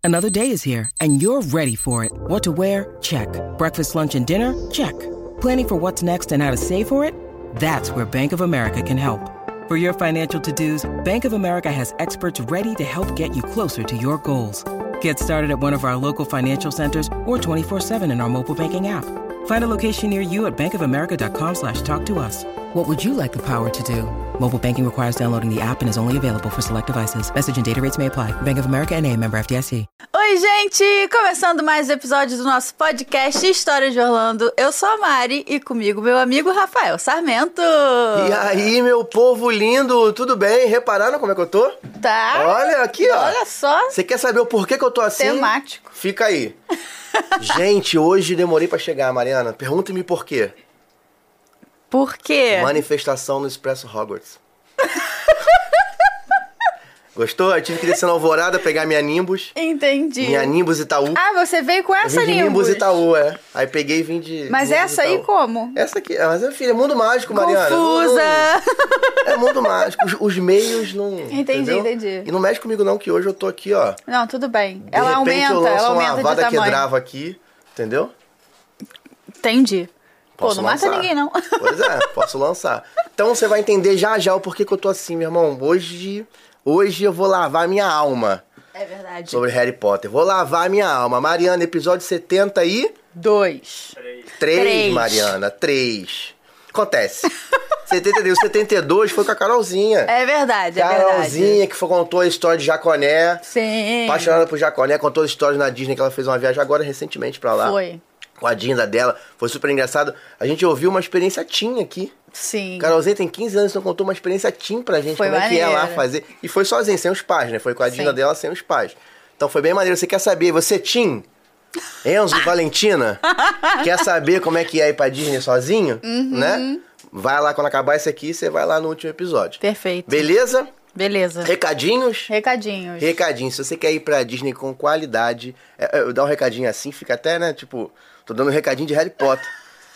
Another day is here, and you're ready for it. What to wear? Check. Breakfast, lunch, and dinner? Check. Planning for what's next and how to save for it? That's where Bank of America can help. For your financial to-dos, Bank of America has experts ready to help get you closer to your goals. Get started at one of our local financial centers or 24/7 in our mobile banking app. Find a location near you at bankofamerica.com/talktous. What would you like the power to do? Mobile banking requires downloading the app and is only available for select devices. Message and data rates may apply. Bank of America N.A., member FDIC. Oi, gente! Começando mais um episódio do nosso podcast História de Orlando. Eu sou a Mari e comigo meu amigo Rafael Sarmento. E aí, meu povo lindo, tudo bem? Repararam como é que eu tô? Tá. Olha aqui, ó. Olha só. Você quer saber o porquê que eu tô assim? Temático. Fica aí. Gente, hoje demorei pra chegar, Mariana. Pergunte-me por quê. Por quê? Manifestação no Expresso Hogwarts. Gostou? Eu tive que descer na Alvorada, pegar minha Nimbus. Entendi. Minha Nimbus Itaú. Ah, você veio com essa eu vim de Nimbus? Itaú, é. Aí peguei e vim de... Mas Nimbus essa aí Itaú. como? Essa aqui, mas filha, é mundo mágico, Mariana. Confusa. É mundo mágico. Os meios não... Entendi, entendeu? entendi. E não mexe comigo não, que hoje eu tô aqui, ó. Não, tudo bem. De Ela repente aumenta, eu lanço uma de Avada tamanho. Kedavra aqui, entendeu? Posso Entendi. Pô, não lançar. mata ninguém, não. Pois é, posso lançar. Então você vai entender já já o porquê que eu tô assim, meu irmão. Hoje eu vou lavar minha alma. É verdade. Sobre Harry Potter. Vou lavar minha alma. Mariana, episódio 72. 3, Mariana, 3. Acontece. 72, 72 foi com a Carolzinha. É verdade, é Carolzinha, verdade. que contou a história de Jaconé. Sim. Apaixonada por Jaconé, contou a história na Disney, que ela fez uma viagem agora recentemente pra lá. Foi. Com a Dinda dela. Foi super engraçado. A gente ouviu uma experiência teen aqui. Sim. Carolzinha tem 15 anos, então contou uma experiência teen pra gente. Foi como é que é lá maneiro. fazer. E foi sozinha, sem os pais, né? Foi com a Dinda Sim. dela, sem os pais. Então foi bem maneiro. Você quer saber, você teen, Enzo, Valentina, quer saber como é que é ir pra Disney sozinho? Né? Vai lá, quando acabar esse aqui, você vai lá no último episódio. Perfeito. Beleza? Beleza. Recadinhos? Recadinhos. Recadinhos. Se você quer ir pra Disney com qualidade... Eu dar um recadinho assim, fica até, né? Tipo, tô dando um recadinho de Harry Potter.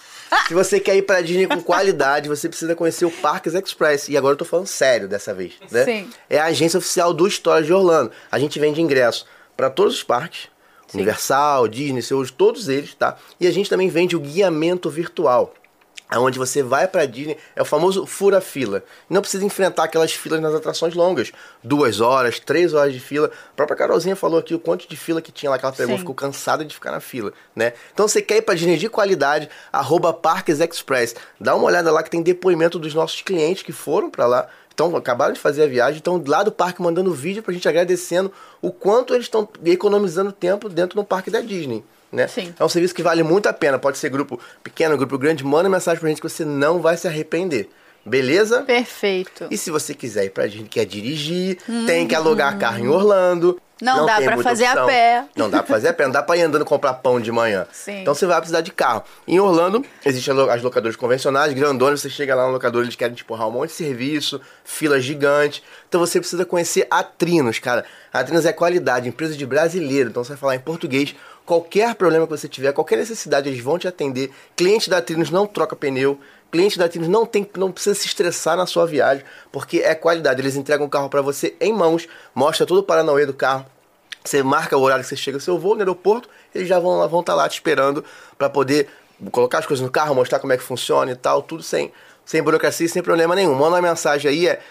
Se você quer ir pra Disney com qualidade, você precisa conhecer o Parques Express. E agora eu tô falando sério dessa vez, né? Sim. É a agência oficial do História de Orlando. A gente vende ingresso pra todos os parques. Sim. Universal, Disney, SeaWorld, todos eles, tá? E a gente também vende o guiamento virtual. Onde você vai pra Disney, é o famoso fura-fila. Não precisa enfrentar aquelas filas nas atrações longas. 2 horas, 3 horas de fila. A própria Carolzinha falou aqui o quanto de fila que tinha lá, que ela pegou, Sim. ficou cansada de ficar na fila, né? Então você quer ir pra Disney de qualidade, @Parques Express. Dá uma olhada lá que tem depoimento dos nossos clientes que foram pra lá. Então, acabaram de fazer a viagem, estão lá do parque mandando vídeo pra gente agradecendo o quanto eles estão economizando tempo dentro do parque da Disney. Né? Sim. É um serviço que vale muito a pena. Pode ser grupo pequeno, grupo grande. Manda mensagem pra gente que você não vai se arrepender. Beleza? Perfeito. E se você quiser ir pra Disney, quer dirigir, tem que alugar carro em Orlando. Não dá tem pra muita fazer a opção. pé. Não dá pra fazer a pé. Não dá pra ir andando comprar pão de manhã. Sim. Então você vai precisar de carro. Em Orlando, existem as locadoras convencionais, grandonas. Você chega lá no locador, eles querem te empurrar um monte de serviço, fila gigante. Então você precisa conhecer a Trinos, cara. A Trinos é qualidade, empresa de brasileiro. Então você vai falar em português. Qualquer problema que você tiver, qualquer necessidade, eles vão te atender. Cliente da Trinos não troca pneu. Cliente da Trinos não precisa se estressar na sua viagem, porque é qualidade. Eles entregam o carro para você em mãos, mostra todo o paranauê do carro. Você marca o horário que você chega ao seu voo no aeroporto, eles já vão estar lá te esperando para poder colocar as coisas no carro, mostrar como é que funciona e tal, tudo sem burocracia e sem problema nenhum. Manda uma mensagem aí, é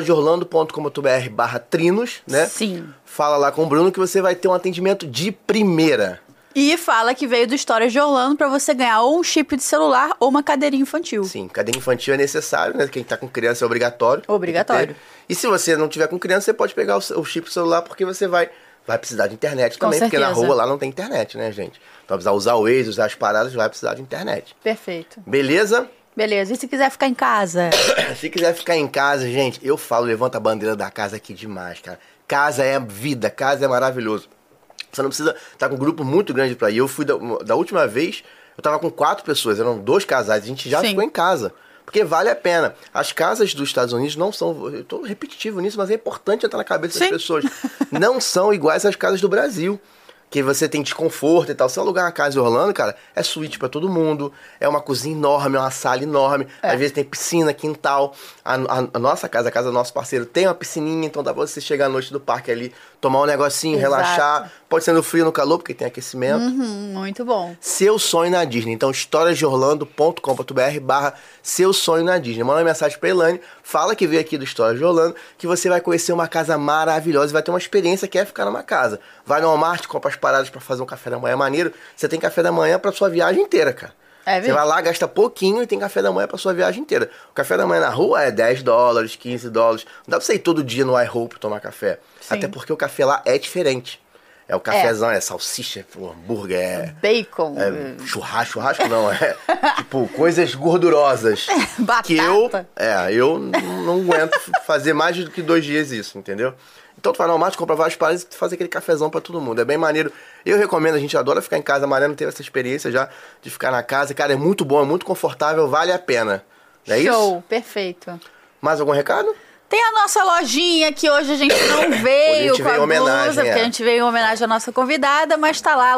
historiadeorlando.com.br/trinos, né? Sim. Fala lá com o Bruno que você vai ter um atendimento de primeira. E fala que veio do Histórias de Orlando pra você ganhar ou um chip de celular ou uma cadeirinha infantil. Sim, cadeira infantil é necessário, né? Quem tá com criança é obrigatório. Obrigatório. Tem que ter. E se você não tiver com criança, você pode pegar o chip do celular, porque você vai precisar de internet também, Com porque na certeza. rua lá não tem internet, né, gente? Então vai precisar usar o Waze, usar as paradas, vai precisar de internet. Perfeito. Beleza? Beleza. E se quiser ficar em casa? Se quiser ficar em casa, gente, eu falo, levanta a bandeira da casa aqui demais, cara. Casa é vida, casa é maravilhoso. Você não precisa estar com um grupo muito grande pra ir. Eu fui da última vez, eu tava com 4 pessoas, eram 2 casais, a gente já Sim. ficou em casa. Porque vale a pena. As casas dos Estados Unidos não são... Eu tô repetitivo nisso, mas é importante entrar na cabeça das Sim. pessoas. Não são iguais às casas do Brasil. Que você tem desconforto e tal. Se alugar uma casa em Orlando, cara, é suíte pra todo mundo. É uma cozinha enorme, é uma sala enorme. Às vezes tem piscina, quintal. A nossa casa, a casa do nosso parceiro, tem uma piscininha. Então dá pra você chegar à noite do parque ali, tomar um negocinho, Exato. relaxar. Pode ser no frio, no calor, porque tem aquecimento. Muito bom. Seu sonho na Disney. Então, historiasdeorlando.com.br/seu sonho na Disney. Manda uma mensagem pra Elaine, fala que veio aqui do Histórias de Orlando, que você vai conhecer uma casa maravilhosa e vai ter uma experiência que é ficar numa casa. Vai no Walmart, compra as paradas pra fazer um café da manhã maneiro. Você tem café da manhã pra sua viagem inteira, cara. Você vai lá, gasta pouquinho e tem café da manhã pra sua viagem inteira. O café da manhã na rua é $10, $15. Não dá pra você ir todo dia no iHope tomar café. Sim. Até porque o café lá é diferente. É o cafezão, é salsicha, é hambúrguer, é Bacon. churrasco não, é tipo coisas gordurosas. Batata. Que eu não aguento fazer mais do que 2 dias isso, entendeu? Então tu vai no Walmart, compra várias paradas e tu faz aquele cafezão pra todo mundo. É bem maneiro. Eu recomendo, a gente adora ficar em casa. A Mariana teve essa experiência já de ficar na casa. Cara, é muito bom, é muito confortável, vale a pena. Não é isso? Show, perfeito. Mais algum recado? Tem a nossa lojinha, que hoje a gente não veio Hoje a gente com a veio em homenagem, blusa, porque a gente veio em homenagem à nossa convidada, mas tá lá,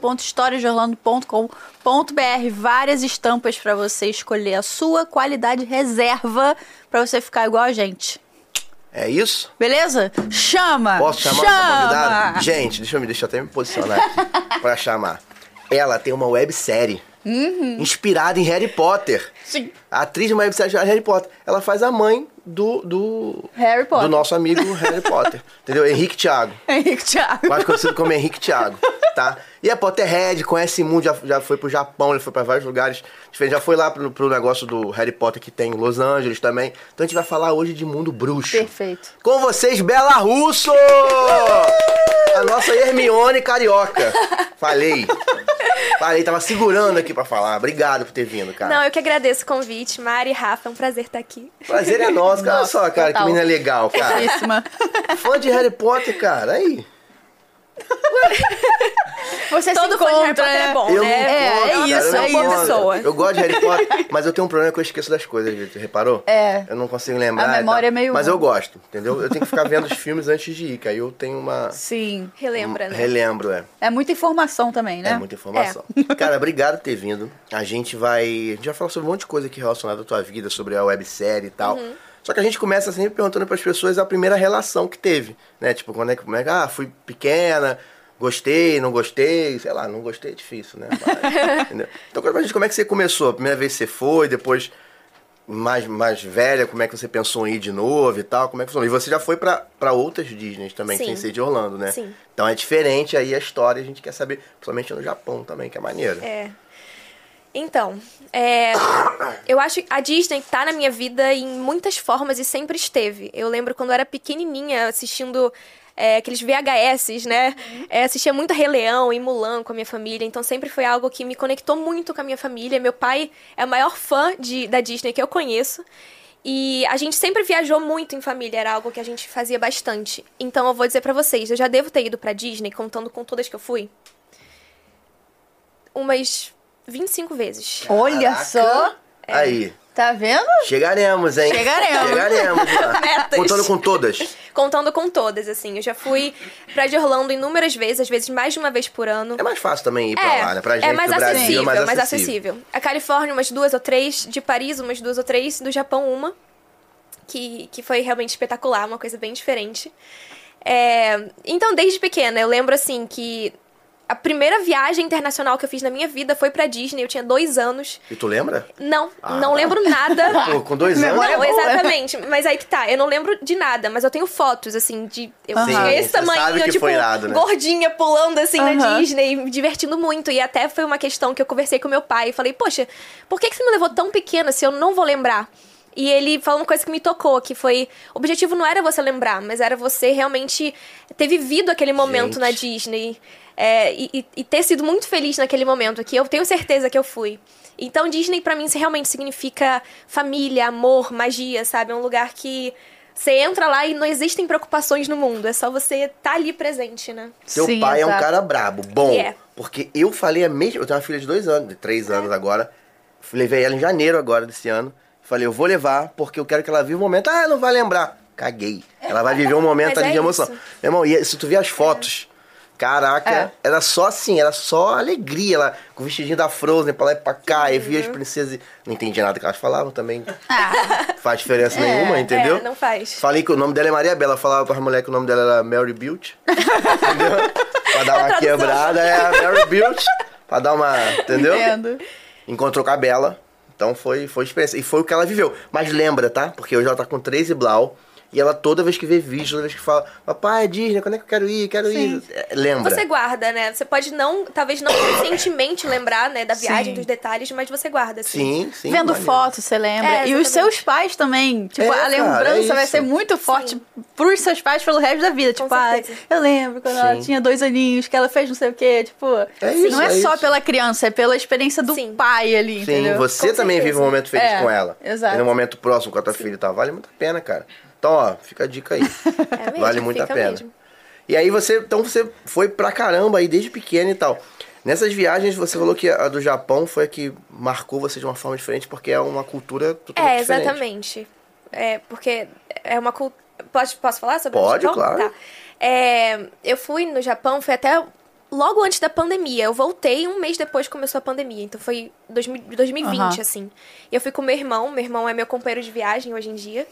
loja.historiasdeorlando.com.br, várias estampas pra você escolher a sua qualidade reserva pra você ficar igual a gente. É isso? Beleza? Chama! Posso chamar a convidada? Gente, deixa eu até me posicionar aqui pra chamar. Ela tem uma websérie inspirada em Harry Potter. Sim. A atriz de uma websérie chamada Harry Potter. Ela faz a mãe do Harry Potter. do nosso amigo Harry Potter. Entendeu? Henrique Thiago. Henrique Thiago. Mais conhecido como Henrique Thiago, tá? E é Potterhead, conhece mundo, já foi pro Japão, ele foi pra vários lugares diferentes. Já foi lá pro negócio do Harry Potter que tem em Los Angeles também. Então a gente vai falar hoje de mundo bruxo. Perfeito. Com vocês, Bela Russo! A nossa Hermione carioca. Falei, tava segurando aqui pra falar. Obrigado por ter vindo, cara. Não, eu que agradeço o convite. Mari, Rafa, é um prazer estar aqui. Prazer é nosso, cara. Olha só, cara, total. que menina legal, cara. Fofíssima. Fã de Harry Potter, cara, aí. Você Todo se fã de Harry encontra, Potter é bom, Eu né? não gosto, cara, isso, eu não é uma boa gosto. pessoa. Eu gosto de Harry Potter, mas eu tenho um problema que eu esqueço das coisas, gente. Reparou? É. Eu não consigo lembrar. A memória e tal. é meio Mas ruim. eu gosto, entendeu? Eu tenho que ficar vendo os filmes antes de ir, que aí eu tenho uma... Sim. Relembra, né? Relembro, é. É muita informação também, né? É muita informação. Cara, obrigado por ter vindo. A gente vai falar sobre um monte de coisa aqui relacionada à tua vida, sobre a websérie e tal. Só que a gente começa sempre perguntando pras pessoas a primeira relação que teve, né? Tipo, como é que fui pequena, gostei, não gostei, sei lá, não gostei é difícil, né? Mas, entendeu? Então, conta pra gente como é que você começou. A primeira vez que você foi, depois mais velha, como é que você pensou em ir de novo e tal, como é que funcionou? E você já foi pra outras Disney também, Sim. sem ser de Orlando, né? Sim. Então é diferente aí a história, a gente quer saber, principalmente no Japão também, que é maneiro. Então, eu acho que a Disney tá na minha vida em muitas formas e sempre esteve. Eu lembro quando eu era pequenininha assistindo aqueles VHS, né? Assistia muito Rei Leão e Mulan com a minha família, então sempre foi algo que me conectou muito com a minha família. Meu pai é o maior fã da Disney que eu conheço. E a gente sempre viajou muito em família, era algo que a gente fazia bastante. Então eu vou dizer pra vocês, eu já devo ter ido pra Disney, contando com todas que eu fui, umas 25 vezes. Olha Caraca. só. Aí. Tá vendo? Chegaremos, hein? Chegaremos. Lá. Metas. Contando com todas. Contando com todas, assim. Eu já fui pra de Orlando inúmeras vezes, às vezes mais de uma vez por ano. É mais fácil também ir pra lá, né? Pra gente é mais do Brasil acessível, é mais acessível. A Califórnia, umas 2 ou 3. De Paris, umas 2 ou 3. Do Japão, uma. Que foi realmente espetacular, uma coisa bem diferente. Então, desde pequena, eu lembro, assim, que a primeira viagem internacional que eu fiz na minha vida foi pra Disney. Eu tinha 2 anos. E tu lembra? Não lembro nada. Pô, com 2 anos? Memória Não, boa. exatamente. Mas aí que tá, eu não lembro de nada, mas eu tenho fotos, assim, de... Eu tinha esse você sabe tamanhinho, que tipo, foi irado, né? gordinha, pulando, assim, na Disney, me divertindo muito. E até foi uma questão que eu conversei com meu pai e falei, poxa, por que você me levou tão pequena se eu não vou lembrar? E ele falou uma coisa que me tocou, que foi... O objetivo não era você lembrar, mas era você realmente ter vivido aquele momento na Disney. E ter sido muito feliz naquele momento, que eu tenho certeza que eu fui. Então, Disney pra mim realmente significa família, amor, magia, sabe? É um lugar que você entra lá e não existem preocupações no mundo. É só você estar ali presente, né? Seu Sim, pai é um exato. cara brabo, bom. É. Porque eu falei a mesma... Eu tenho uma filha de 2 anos, de 3 anos agora. Levei ela em janeiro agora desse ano. Falei, eu vou levar, porque eu quero que ela viva um momento... Ah, não vai lembrar. Caguei. Ela vai viver um momento Mas ali é de emoção. isso. Meu irmão, e se tu ver as fotos... Caraca, era só assim, era só alegria. Ela com o vestidinho da Frozen pra lá e pra cá, e via as princesas. Não entendia nada que elas falavam também. Faz diferença nenhuma, entendeu? não faz. Falei que o nome dela é Maria Bela. Falava pras mulheres que o nome dela era Mary Built. Entendeu? Pra dar uma quebrada, Mary Built. Pra dar uma. Entendeu? Entendo. Encontrou com a Bela. Então foi experiência. E foi o que ela viveu. Mas lembra, tá? Porque hoje ela tá com 13 Blau. E ela toda vez que vê vídeo, toda vez que fala, papai, é Disney, quando é que eu quero ir? Quero ir. Lembra. Você guarda, né? Você pode talvez não conscientemente lembrar, né, da viagem, dos detalhes, mas você guarda, assim. Sim. Vendo maneiro. foto, você lembra. E os exatamente. seus pais também. Tipo, a lembrança vai ser muito forte pros seus pais pelo resto da vida. Tipo, certeza. eu lembro quando ela tinha 2 aninhos, que ela fez não sei o quê. Tipo, isso, não é só isso. pela criança, é pela experiência do pai ali, Sim, entendeu? você Com também certeza. vive um momento feliz com ela. Exato. Tem um momento próximo com a tua filha e tal. Vale muito a pena, cara. Então, ó, fica a dica aí. É mesmo, Vale muito a fica pena. mesmo. E aí você foi pra caramba aí desde pequena e tal. Nessas viagens você falou que a do Japão foi a que marcou você de uma forma diferente, porque é uma cultura totalmente diferente. Exatamente. Porque é uma cultura... Posso falar sobre Pode, o Japão? claro. Tá. Eu fui no Japão, foi até logo antes da pandemia. Eu voltei um mês depois que começou a pandemia. Então foi 2020, assim. E eu fui com meu irmão. Meu irmão é meu companheiro de viagem hoje em dia.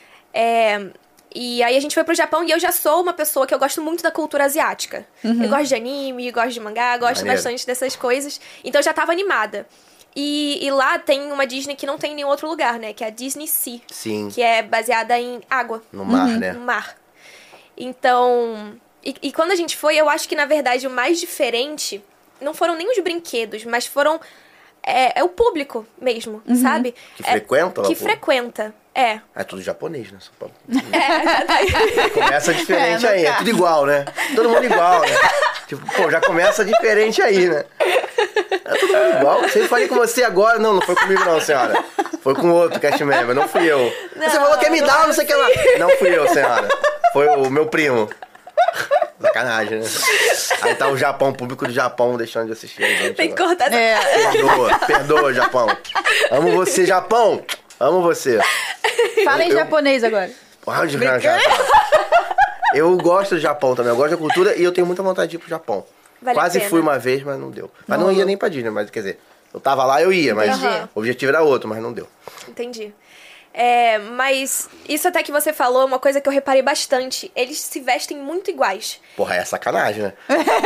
E aí a gente foi pro Japão e eu já sou uma pessoa que eu gosto muito da cultura asiática. Eu gosto de anime, gosto de mangá, gosto Maneiro. bastante dessas coisas. Então eu já tava animada. E lá tem uma Disney que não tem em nenhum outro lugar, né? Que é a Disney Sea. Sim. Que é baseada em água. No mar, né? No mar. Então... E quando a gente foi, eu acho que, na verdade, o mais diferente não foram nem os brinquedos, mas foram... É o público mesmo, sabe? Que frequenta lá Que o público? frequenta, É tudo japonês, né? Começa diferente aí, é tudo igual, né? Todo mundo igual, né? Tipo, pô, já começa diferente aí, né? É todo mundo igual. Sempre falei com você agora. Não foi comigo não, senhora. Foi com outro cast member, não fui eu. Você falou que ia me dar, não sei o que lá. Não fui eu, senhora. Foi o meu primo. Sacanagem, né? Aí tá o Japão, o público do Japão deixando de assistir a gente. Tem que agora. cortar essa... Perdoa, Japão. Amo você, Japão. Amo você. Fala em japonês agora. Eu gosto do Japão também, eu gosto da cultura e eu tenho muita vontade de ir pro Japão. Vale a Quase pena. fui uma vez, mas não deu. Mas não ia nem pra Disney, mas quer dizer, eu tava lá, eu ia, mas Entendi. o objetivo era outro, mas não deu. Entendi. Mas isso até que você falou é uma coisa que eu reparei bastante. Eles se vestem muito iguais. Porra, é sacanagem, né?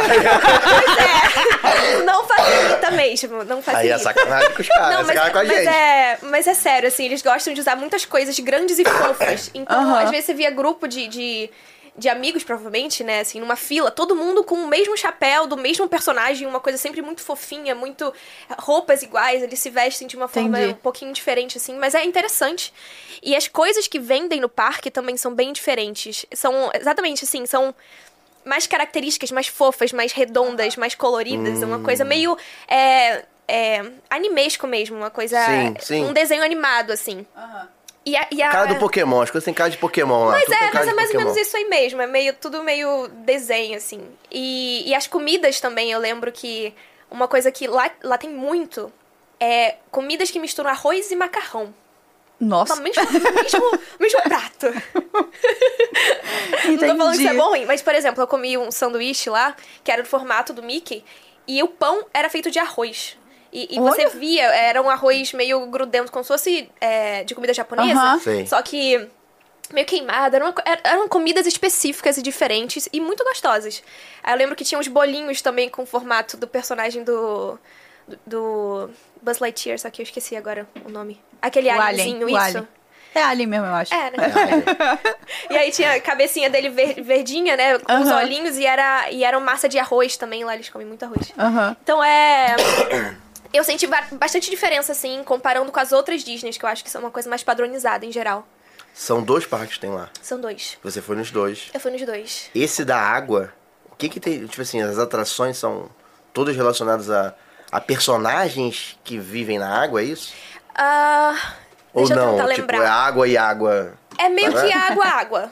Não facilita mesmo, não facilita. Aí é sacanagem com os caras, Não, é sacanagem com a gente. mas é sério, assim, eles gostam de usar muitas coisas grandes e fofas. Então, às vezes você via grupo de amigos, provavelmente, né, assim, numa fila, todo mundo com o mesmo chapéu, do mesmo personagem, uma coisa sempre muito fofinha, muito roupas iguais, eles se vestem de uma forma um pouquinho diferente, assim, mas é interessante. E as coisas que vendem no parque também são bem diferentes. São, exatamente, assim, são mais características, mais fofas, mais redondas, mais coloridas, uma coisa meio animesco mesmo, uma coisa... Sim. Um desenho animado, assim. E a Cara do Pokémon, acho que tem cara de Pokémon lá. Mas tudo tem cara mas de é mais ou Pokémon. menos isso aí mesmo. É tudo meio desenho, assim. E as comidas também, eu lembro que uma coisa que lá tem muito é comidas que misturam arroz e macarrão. Nossa. No mesmo prato. Não tô falando que isso é bom ou ruim, mas, por exemplo, eu comi um sanduíche lá, que era do formato do Mickey, e o pão era feito de arroz. E você via, era um arroz meio grudento, como se fosse de comida japonesa. Sim. Só que meio queimado. Eram comidas específicas e diferentes e muito gostosas. Aí eu lembro que tinha uns bolinhos também com o formato do personagem do Buzz Lightyear, só que eu esqueci agora o nome. Aquele alienzinho, isso. Alien. É Alien mesmo, eu acho. É, né? E aí tinha a cabecinha dele verdinha, né? Com os olhinhos e era massa de arroz também. Lá eles comem muito arroz. Então eu senti bastante diferença, assim, comparando com as outras Disneys, que eu acho que são uma coisa mais padronizada em geral. São 2 parques que tem lá. São 2. Você foi nos 2. Eu fui nos 2. Esse da água, o que tem... Tipo assim, as atrações são todas relacionadas a personagens que vivem na água, é isso? Ou Deixa eu não? tentar Tipo, lembrar. é água e água... É meio que água.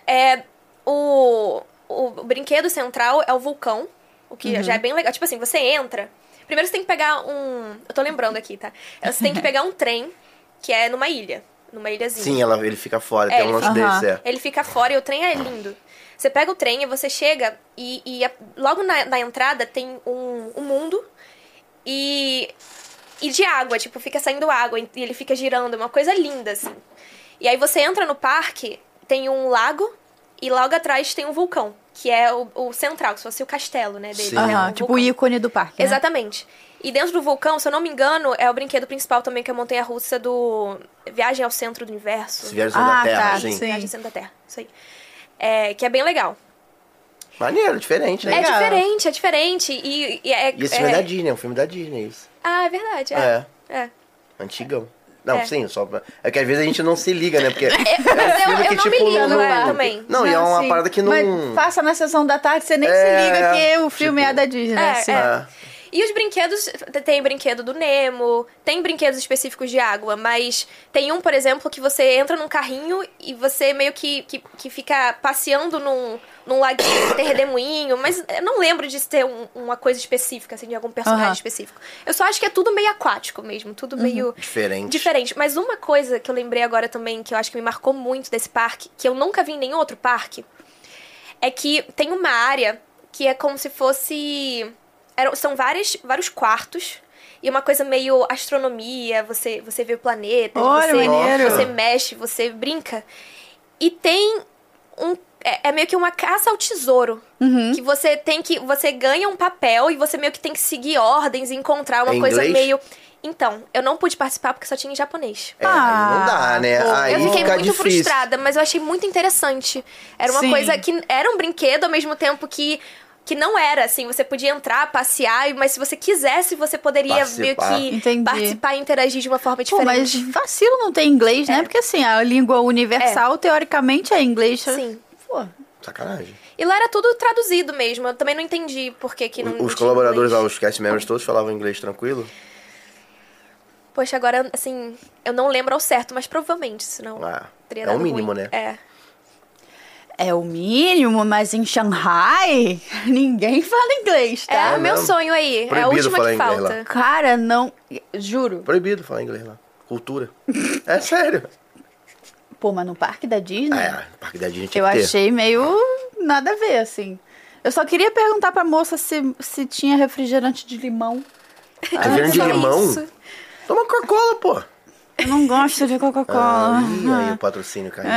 O brinquedo central é o vulcão, o que já é bem legal. Tipo assim, você entra... Primeiro você tem que pegar eu tô lembrando aqui, tá? Você tem que pegar um trem, que é numa ilha. Numa ilhazinha. Sim, ele fica fora, tem um lance desse, Ele fica fora e o trem é lindo. Você pega o trem e você chega logo na entrada tem um mundo e de água, tipo, fica saindo água e ele fica girando, uma coisa linda, assim. E aí você entra no parque, tem um lago e logo atrás tem um vulcão, que é o central, que se fosse o castelo, né, dele. Né, tipo o ícone do parque, né? Exatamente. E dentro do vulcão, se eu não me engano, é o brinquedo principal também, que é a montanha-russa do Viagem ao Centro do Universo. Viagem ao Centro da Terra, tá, sim. Viagem ao Centro da Terra, isso aí. Que é bem legal. Maneiro, diferente, né? É diferente. E esse filme é da Disney, é um filme da Disney, isso. Ah, é verdade. É. Antigão. Não, sim, só pra... É que às vezes a gente não se liga, né? Porque é um filme eu que, não tipo, me ligo, não... também. Não, e é uma sim. parada que não... Mas passa na sessão da tarde, você nem se liga que o filme é da Disney, assim. E os brinquedos, tem brinquedo do Nemo, tem brinquedos específicos de água, mas tem um, por exemplo, que você entra num carrinho e você meio que fica passeando num laguinho, tem redemoinho, mas eu não lembro de ter uma coisa específica, assim, de algum personagem específico. Eu só acho que é tudo meio aquático mesmo, tudo meio... Diferente. Mas uma coisa que eu lembrei agora também, que eu acho que me marcou muito desse parque, que eu nunca vi em nenhum outro parque, é que tem uma área que é como se fosse... São vários quartos e uma coisa meio astronomia, você vê o planeta, você mexe, você brinca. E tem é meio que uma caça ao tesouro. Que você ganha um papel e você meio que tem que seguir ordens e encontrar uma coisa meio... Então, eu não pude participar porque só tinha em japonês. Aí não dá, né? Aí eu fiquei muito difícil. frustrada, mas eu achei muito interessante. Era uma coisa que era um brinquedo ao mesmo tempo que não era, assim, você podia entrar, passear, mas se você quisesse, você poderia meio que participar e interagir de uma forma diferente. Mas vacilo não tem inglês, né? Porque, assim, a língua universal, teoricamente, é inglês. Sim. Pô. Sacanagem. E lá era tudo traduzido mesmo, eu também não entendi por que não Os colaboradores lá, os cast members todos falavam inglês tranquilo? Poxa, agora, assim, eu não lembro ao certo, mas provavelmente, senão teria dado o mínimo, ruim. né? É o mínimo, mas em Shanghai, ninguém fala inglês, tá? É o meu sonho aí, Proibido é a última falar que inglês falta. lá. Cara, não... Juro. Proibido falar inglês lá. Cultura. É sério. Pô, mas no parque da Disney... No parque da Disney tinha eu que ter. achei meio nada a ver, assim. Eu só queria perguntar pra moça se tinha refrigerante de limão. Refrigerante de limão? Isso. Toma Coca-Cola, pô. Eu não gosto de Coca-Cola. Aí o patrocínio caiu.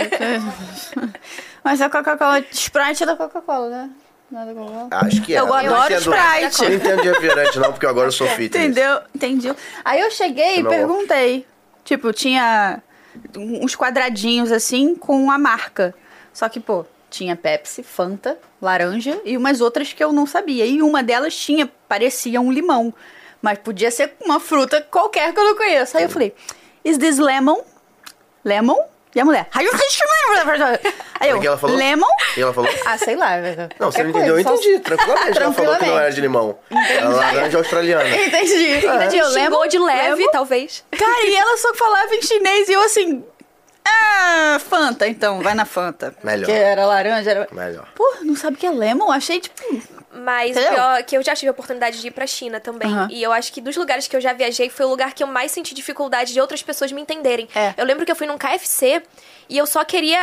Mas a Coca-Cola... Sprite é da Coca-Cola, né? Não é da Coca-Cola? Acho que é. Eu adoro Sprite. Eu não entendo de refrigerante não, porque agora eu sou fitness. Entendeu? Entendi. Aí eu cheguei e perguntei. Tipo, tinha uns quadradinhos assim com a marca. Só que, pô, tinha Pepsi, Fanta, laranja e umas outras que eu não sabia. E uma delas parecia um limão. Mas podia ser uma fruta qualquer que eu não conheço. Aí eu falei, is this lemon? Lemon? E a mulher, aí eu, que ela falou? lemon? E ela falou? Ah, sei lá. Não, você não entendeu, eu entendi. Tranquilamente. Ela falou que não era de limão. Era laranja australiana. Entendi. Xingou de leve, talvez. Cara, e ela só falava em chinês e eu assim... Fanta, então, vai na Fanta. Melhor. Que era laranja, era... Melhor. Pô, não sabe o que é lemon? Achei, tipo... Mas o pior é que eu já tive a oportunidade de ir pra China também. E eu acho que dos lugares que eu já viajei foi o lugar que eu mais senti dificuldade de outras pessoas me entenderem. Eu lembro que eu fui num KFC e eu só queria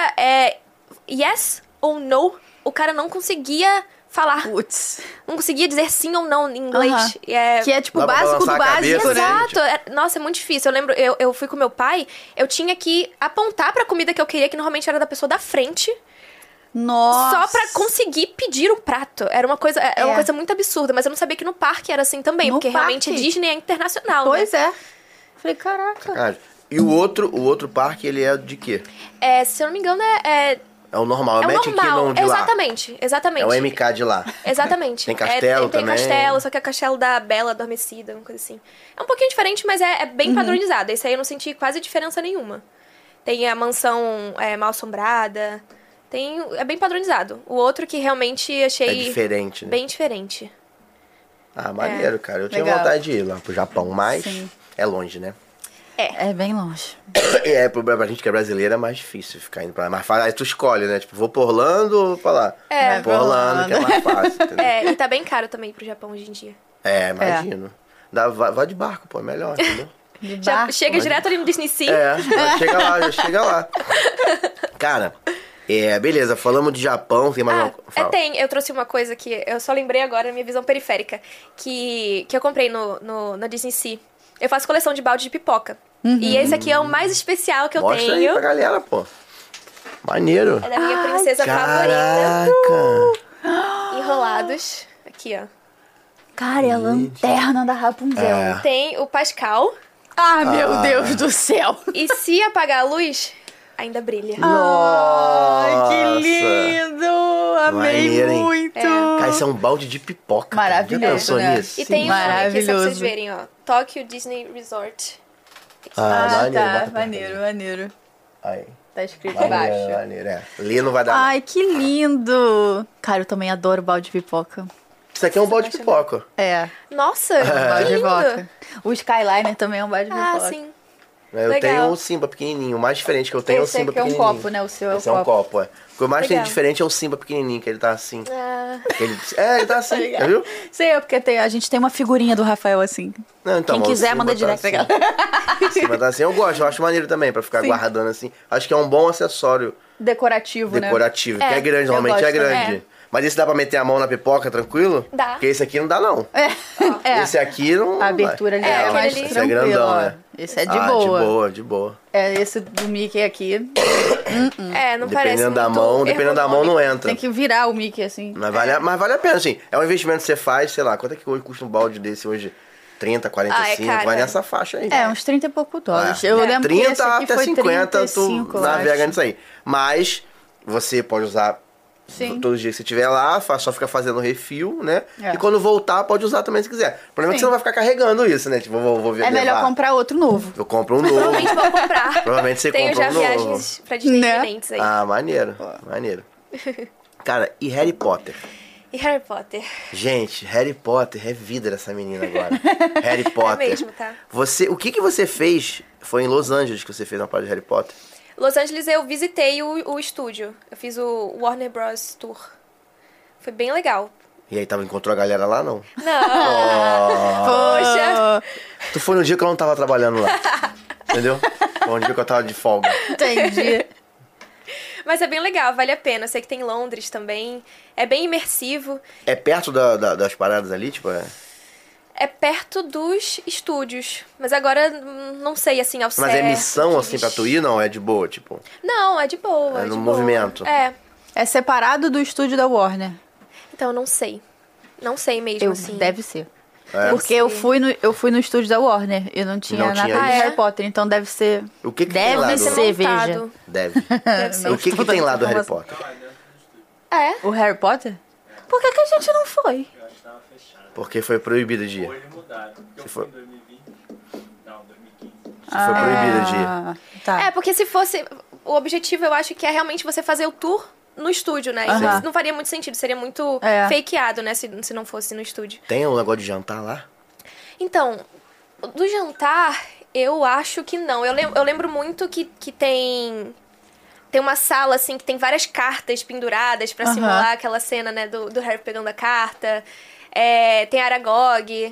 yes ou no. O cara não conseguia falar. Putz. Não conseguia dizer sim ou não em inglês. Que é tipo o básico do básico, né? Exato. Nossa, é muito difícil. Eu lembro, eu fui com meu pai, eu tinha que apontar pra comida que eu queria, que normalmente era da pessoa da frente. Nossa. Só pra conseguir pedir um prato. Era uma coisa muito absurda, mas eu não sabia que no parque era assim também, porque realmente Disney é internacional, pois né? é. Falei, caraca. E o outro parque, ele é de quê? Se eu não me engano, é o normal, é o Magic Kingdom de lá. Exatamente. É o MK de lá. Exatamente. Tem castelo também. Tem castelo, só que é o castelo da Bela Adormecida, uma coisa assim. É um pouquinho diferente, mas é bem padronizado. Esse aí eu não senti quase diferença nenhuma. Tem a mansão mal assombrada... É bem padronizado. O outro que realmente achei... É diferente, né? Bem diferente. Ah, maneiro, cara. Eu tinha vontade de ir lá pro Japão, mas é longe, né? É bem longe. Pra gente que é brasileira é mais difícil ficar indo pra lá. Mas aí tu escolhe, né? Tipo, vou pra Orlando ou pra lá? Vou pra Orlando, que é mais fácil. Entendeu? E tá bem caro também pro Japão hoje em dia. Imagino. Vai de barco, pô, é melhor, entendeu? Já chega direto ali no Disney Sea. Já chega lá. Cara... Beleza, falamos de Japão, tem mais uma... Fala. Eu trouxe uma coisa que eu só lembrei agora na minha visão periférica, que eu comprei na Disney Sea. Eu faço coleção de balde de pipoca. E esse aqui é o mais especial que eu Mostra tenho. aí pra galera, pô. Maneiro. É da minha princesa Caraca. favorita. Enrolados. Aqui, ó. Cara, é a lanterna da Rapunzel. Tem o Pascal. Meu Deus do céu. E se apagar a luz, ainda brilha. Nossa. Que lindo. Amei Maneiro, hein? muito. Cara, isso é um balde de pipoca. Maravilhoso, Já pensou né? nisso? E tem um nome aqui, só pra Maravilhoso. vocês verem, ó. Tokyo Disney Resort. Maneiro. Maneiro. Aí. Tá escrito Maneiro, embaixo. maneiro, Ler não vai dar. Ai, que lindo. Cara, eu também adoro balde de pipoca. Isso aqui é um balde de pipoca. Nossa, Balde que de lindo. pipoca. O Skyliner também é um balde de pipoca. Sim. Eu Legal. tenho o Simba pequenininho. O mais diferente que eu tenho Esse é o Simba aqui é um pequenininho. copo, né? O seu é o Esse é um copo, O que eu mais tenho Legal. diferente é o Simba pequenininho, que ele tá assim. Ah, Ele tá assim, ligado. já viu? Sei, porque a gente tem uma figurinha do Rafael assim. Não, então, Quem mas o quiser, Simba manda tá direto pra assim. galera. O Simba tá assim. Eu gosto, eu acho maneiro também, pra ficar guardando assim. Acho que é um bom acessório Decorativo, né? decorativo, que é grande, eu normalmente é gosto grande. também. Mas esse dá pra meter a mão na pipoca, tranquilo? Dá. Porque esse aqui não dá, não. Esse aqui não... A abertura ali é mais aquele ali- Esse é tranquila, grandão, ó. né? Esse é de Ah, boa. de boa. Esse do Mickey aqui. não parece Dependendo da muito mão, dependendo da mão não entra. Tem que virar o Mickey assim. Mas vale a pena, assim. É um investimento que você faz, sei lá, quanto é que hoje custa um balde desse hoje? 30, 45, caro, vai é. nessa faixa aí. Uns 30 e pouco dólares. Eu lembro que 30 esse aqui até foi 50 35, tu eu navega acho. nisso aí. Mas você pode usar Sim. todos os dias que você estiver lá, só fica fazendo refil, né? É. E quando voltar, pode usar também se quiser. O problema é que Sim. você não vai ficar carregando isso, né? Tipo, vou É melhor comprar outro novo. Eu compro um novo. Provavelmente vou comprar. Provavelmente você Tenho compra já um novo. viagens pra Disney Né? diferentes aí. Ah, maneiro. Maneiro. Cara, e Harry Potter? E Harry Potter? Gente, Harry Potter é vida dessa menina agora. Harry Potter. mesmo, tá? O que você fez? Foi em Los Angeles que você fez uma parte de Harry Potter? Los Angeles eu visitei o estúdio. Eu fiz o Warner Bros. Tour. Foi bem legal. E aí encontrou a galera lá, não? Não. Poxa. Tu foi no dia que eu não tava trabalhando lá. Entendeu? Foi um dia que eu tava de folga. Entendi. Mas é bem legal, vale a pena. Eu sei que tem em Londres também. É bem imersivo. É perto das paradas ali, tipo, É perto dos estúdios. Mas agora não sei, assim, ao certo. Mas é missão, que assim, pra eles- tu ir, não? É de boa, tipo. Não, é de boa. É de no boa. movimento. É. É separado do estúdio da Warner. Então, eu não sei. Não sei mesmo, assim. Deve ser. É. Porque eu fui no estúdio da Warner. Eu não tinha Não nada tinha de isso. Harry Potter, então deve ser. O que tem lá Deve do... ser, veja. montado. Deve. ser. O que tem lá do Harry Potter? É. O Harry Potter? Por que a gente não foi? Porque foi proibido de ir. Hoje mudaram. Porque eu foi- fui em 2020. Não, 2015. Foi proibido de ir. Tá. É, porque se fosse... O objetivo, eu acho que é realmente você fazer o tour no estúdio, né? Aham. Isso não faria muito sentido. Seria muito fakeado, né? Se não fosse no estúdio. Tem um negócio de jantar lá? Então, do jantar, eu acho que não. Eu lembro muito que tem... Tem uma sala, assim, que tem várias cartas penduradas pra simular aquela cena, né? Do Harry pegando a carta. Tem Aragog.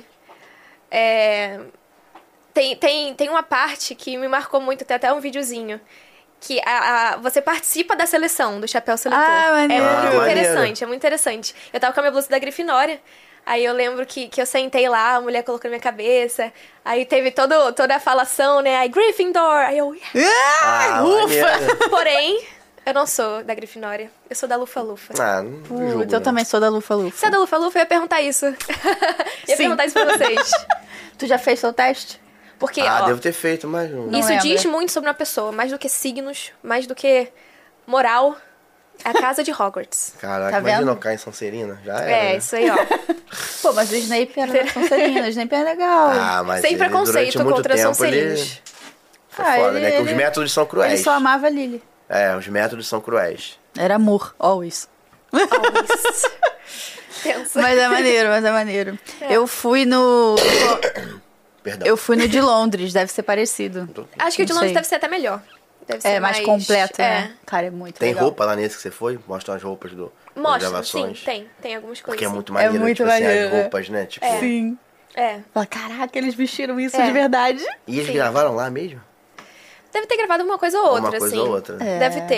Tem uma parte que me marcou muito, tem até um videozinho. Que você participa da seleção do Chapéu Seletor. Ah, maneiro. É muito Maneiro. interessante, é muito interessante. Eu tava com a minha blusa da Grifinória. Aí eu lembro que eu sentei lá, a mulher colocou na minha cabeça. Aí teve toda a falação, né? Aí, Gryffindor! Aí eu... Maneiro. Porém, eu não sou da Grifinória. Eu sou da Lufa-Lufa. Ah, não julgo, Puta, eu não. também sou da Lufa-Lufa. Você é da Lufa-Lufa? Eu ia perguntar isso. Ia perguntar isso pra vocês. Tu já fez seu teste? Porque, Ah, ó, devo ter feito, mas não. Não isso lembra. diz muito sobre uma pessoa. Mais do que signos, mais do que moral. É a casa de Hogwarts. Caraca, Tá imagina vendo? eu cair em Sonserina. Já era. É, né? isso aí, ó. Pô, mas o Snape era da Sonserina. O Snape é legal. Ah, mas Sem ele, preconceito durante muito contra tempo, Sonserinos. Ele... Foi foda, né? Que os métodos são cruéis. Ele só amava a Lily. É, os métodos são cruéis. Era amor, always. Always. Pensa. Mas é maneiro. Eu fui no... Perdão. Eu fui no de Londres, deve ser parecido. Acho que o de Não Londres sei. deve ser até melhor. Deve ser É, mais completo, né? Cara, é muito Tem legal. roupa lá nesse que você foi? Mostra as roupas das Mostra, sim, gravações. tem algumas coisas. Porque é sim. muito maneiro, muito tipo assim, maneiro, as né? roupas, né? Tipo, Sim. É. Fala, caraca, eles vestiram isso É. de verdade. E eles Sim. gravaram lá mesmo? Deve ter gravado uma coisa ou outra, Uma coisa assim. ou outra. É. Deve ter.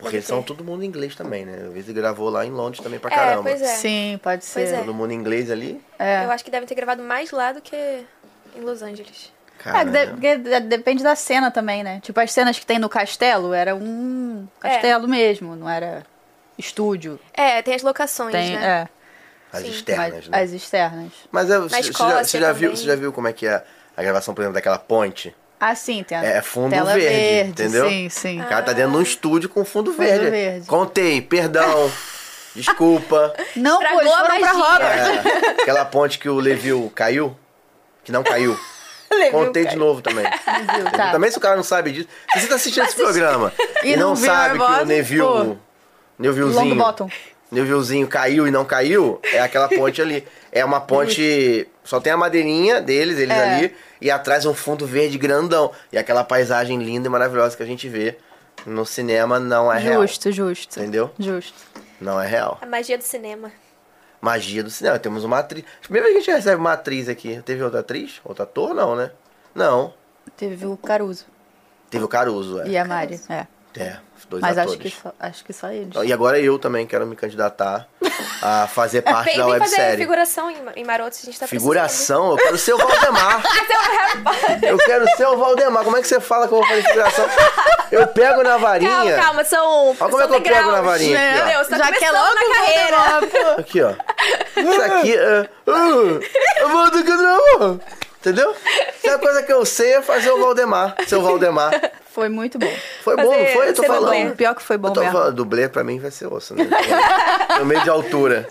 Porque eles são todo mundo em inglês também, né? Às vezes ele gravou lá em Londres também pra É, caramba. pois é. Sim, pode ser. Pois é. Todo mundo em inglês ali. É. Eu acho que devem ter gravado mais lá do que em Los Angeles. Porque depende da cena também, né? Tipo, as cenas que tem no castelo era um castelo mesmo, não era estúdio. É, tem as locações, Tem, né? As Sim. externas, Mas, né? as externas. Mas Escócia você já viu também. como é que é a gravação, por exemplo, daquela ponte? Ah, sim, tem a É fundo tela verde, entendeu? Sim, sim. O cara tá dentro de um estúdio com fundo verde. verde. Contei, perdão, desculpa. Não, pô, Estragou eles a foram pra magia. Robert. Aquela ponte que o Leviu caiu, que não caiu. Contei de novo também. Viu, tá. Também se o cara não sabe disso. Se você tá assistindo esse programa E e não não viu sabe que Harry o Neville, Potter, Nevillezinho, Longbottom. Nevillezinho caiu e não caiu, é aquela ponte ali. É uma ponte, só tem a madeirinha deles ali, e atrás um fundo verde grandão. E aquela paisagem linda e maravilhosa que a gente vê no cinema não é real. Justo. Entendeu? Justo. Não é real. A magia do cinema. Magia do cinema. Temos uma atriz. Primeiro a gente recebe uma atriz aqui. Teve outra atriz? Outro ator? Não, né? Não. Teve o Caruso Teve o Caruso, e a Mari. É. É, os dois Mas atores. acho que só eles. E agora eu também quero me candidatar a fazer parte Vem da fazer websérie. figuração em Marotos, a gente tá Figuração? Eu quero ser o Valdemar. Eu quero ser o Valdemar. Como é que você fala que eu vou fazer figuração? Eu pego na varinha. Calma, são. Olha como é que eu pego na varinha aqui, ó. Meu Deus, tá Já que é começando logo na carreira. Aqui, ó. Isso aqui é. Eu vou do que não. Entendeu? Se é a coisa que eu sei é fazer o Valdemar. Ser o Valdemar. Foi muito bom. Foi bom, não foi? Eu tô ser falando. dublê. Pior que foi bom Eu tô mesmo. falando, dublê pra mim vai ser osso, né? No meio de altura.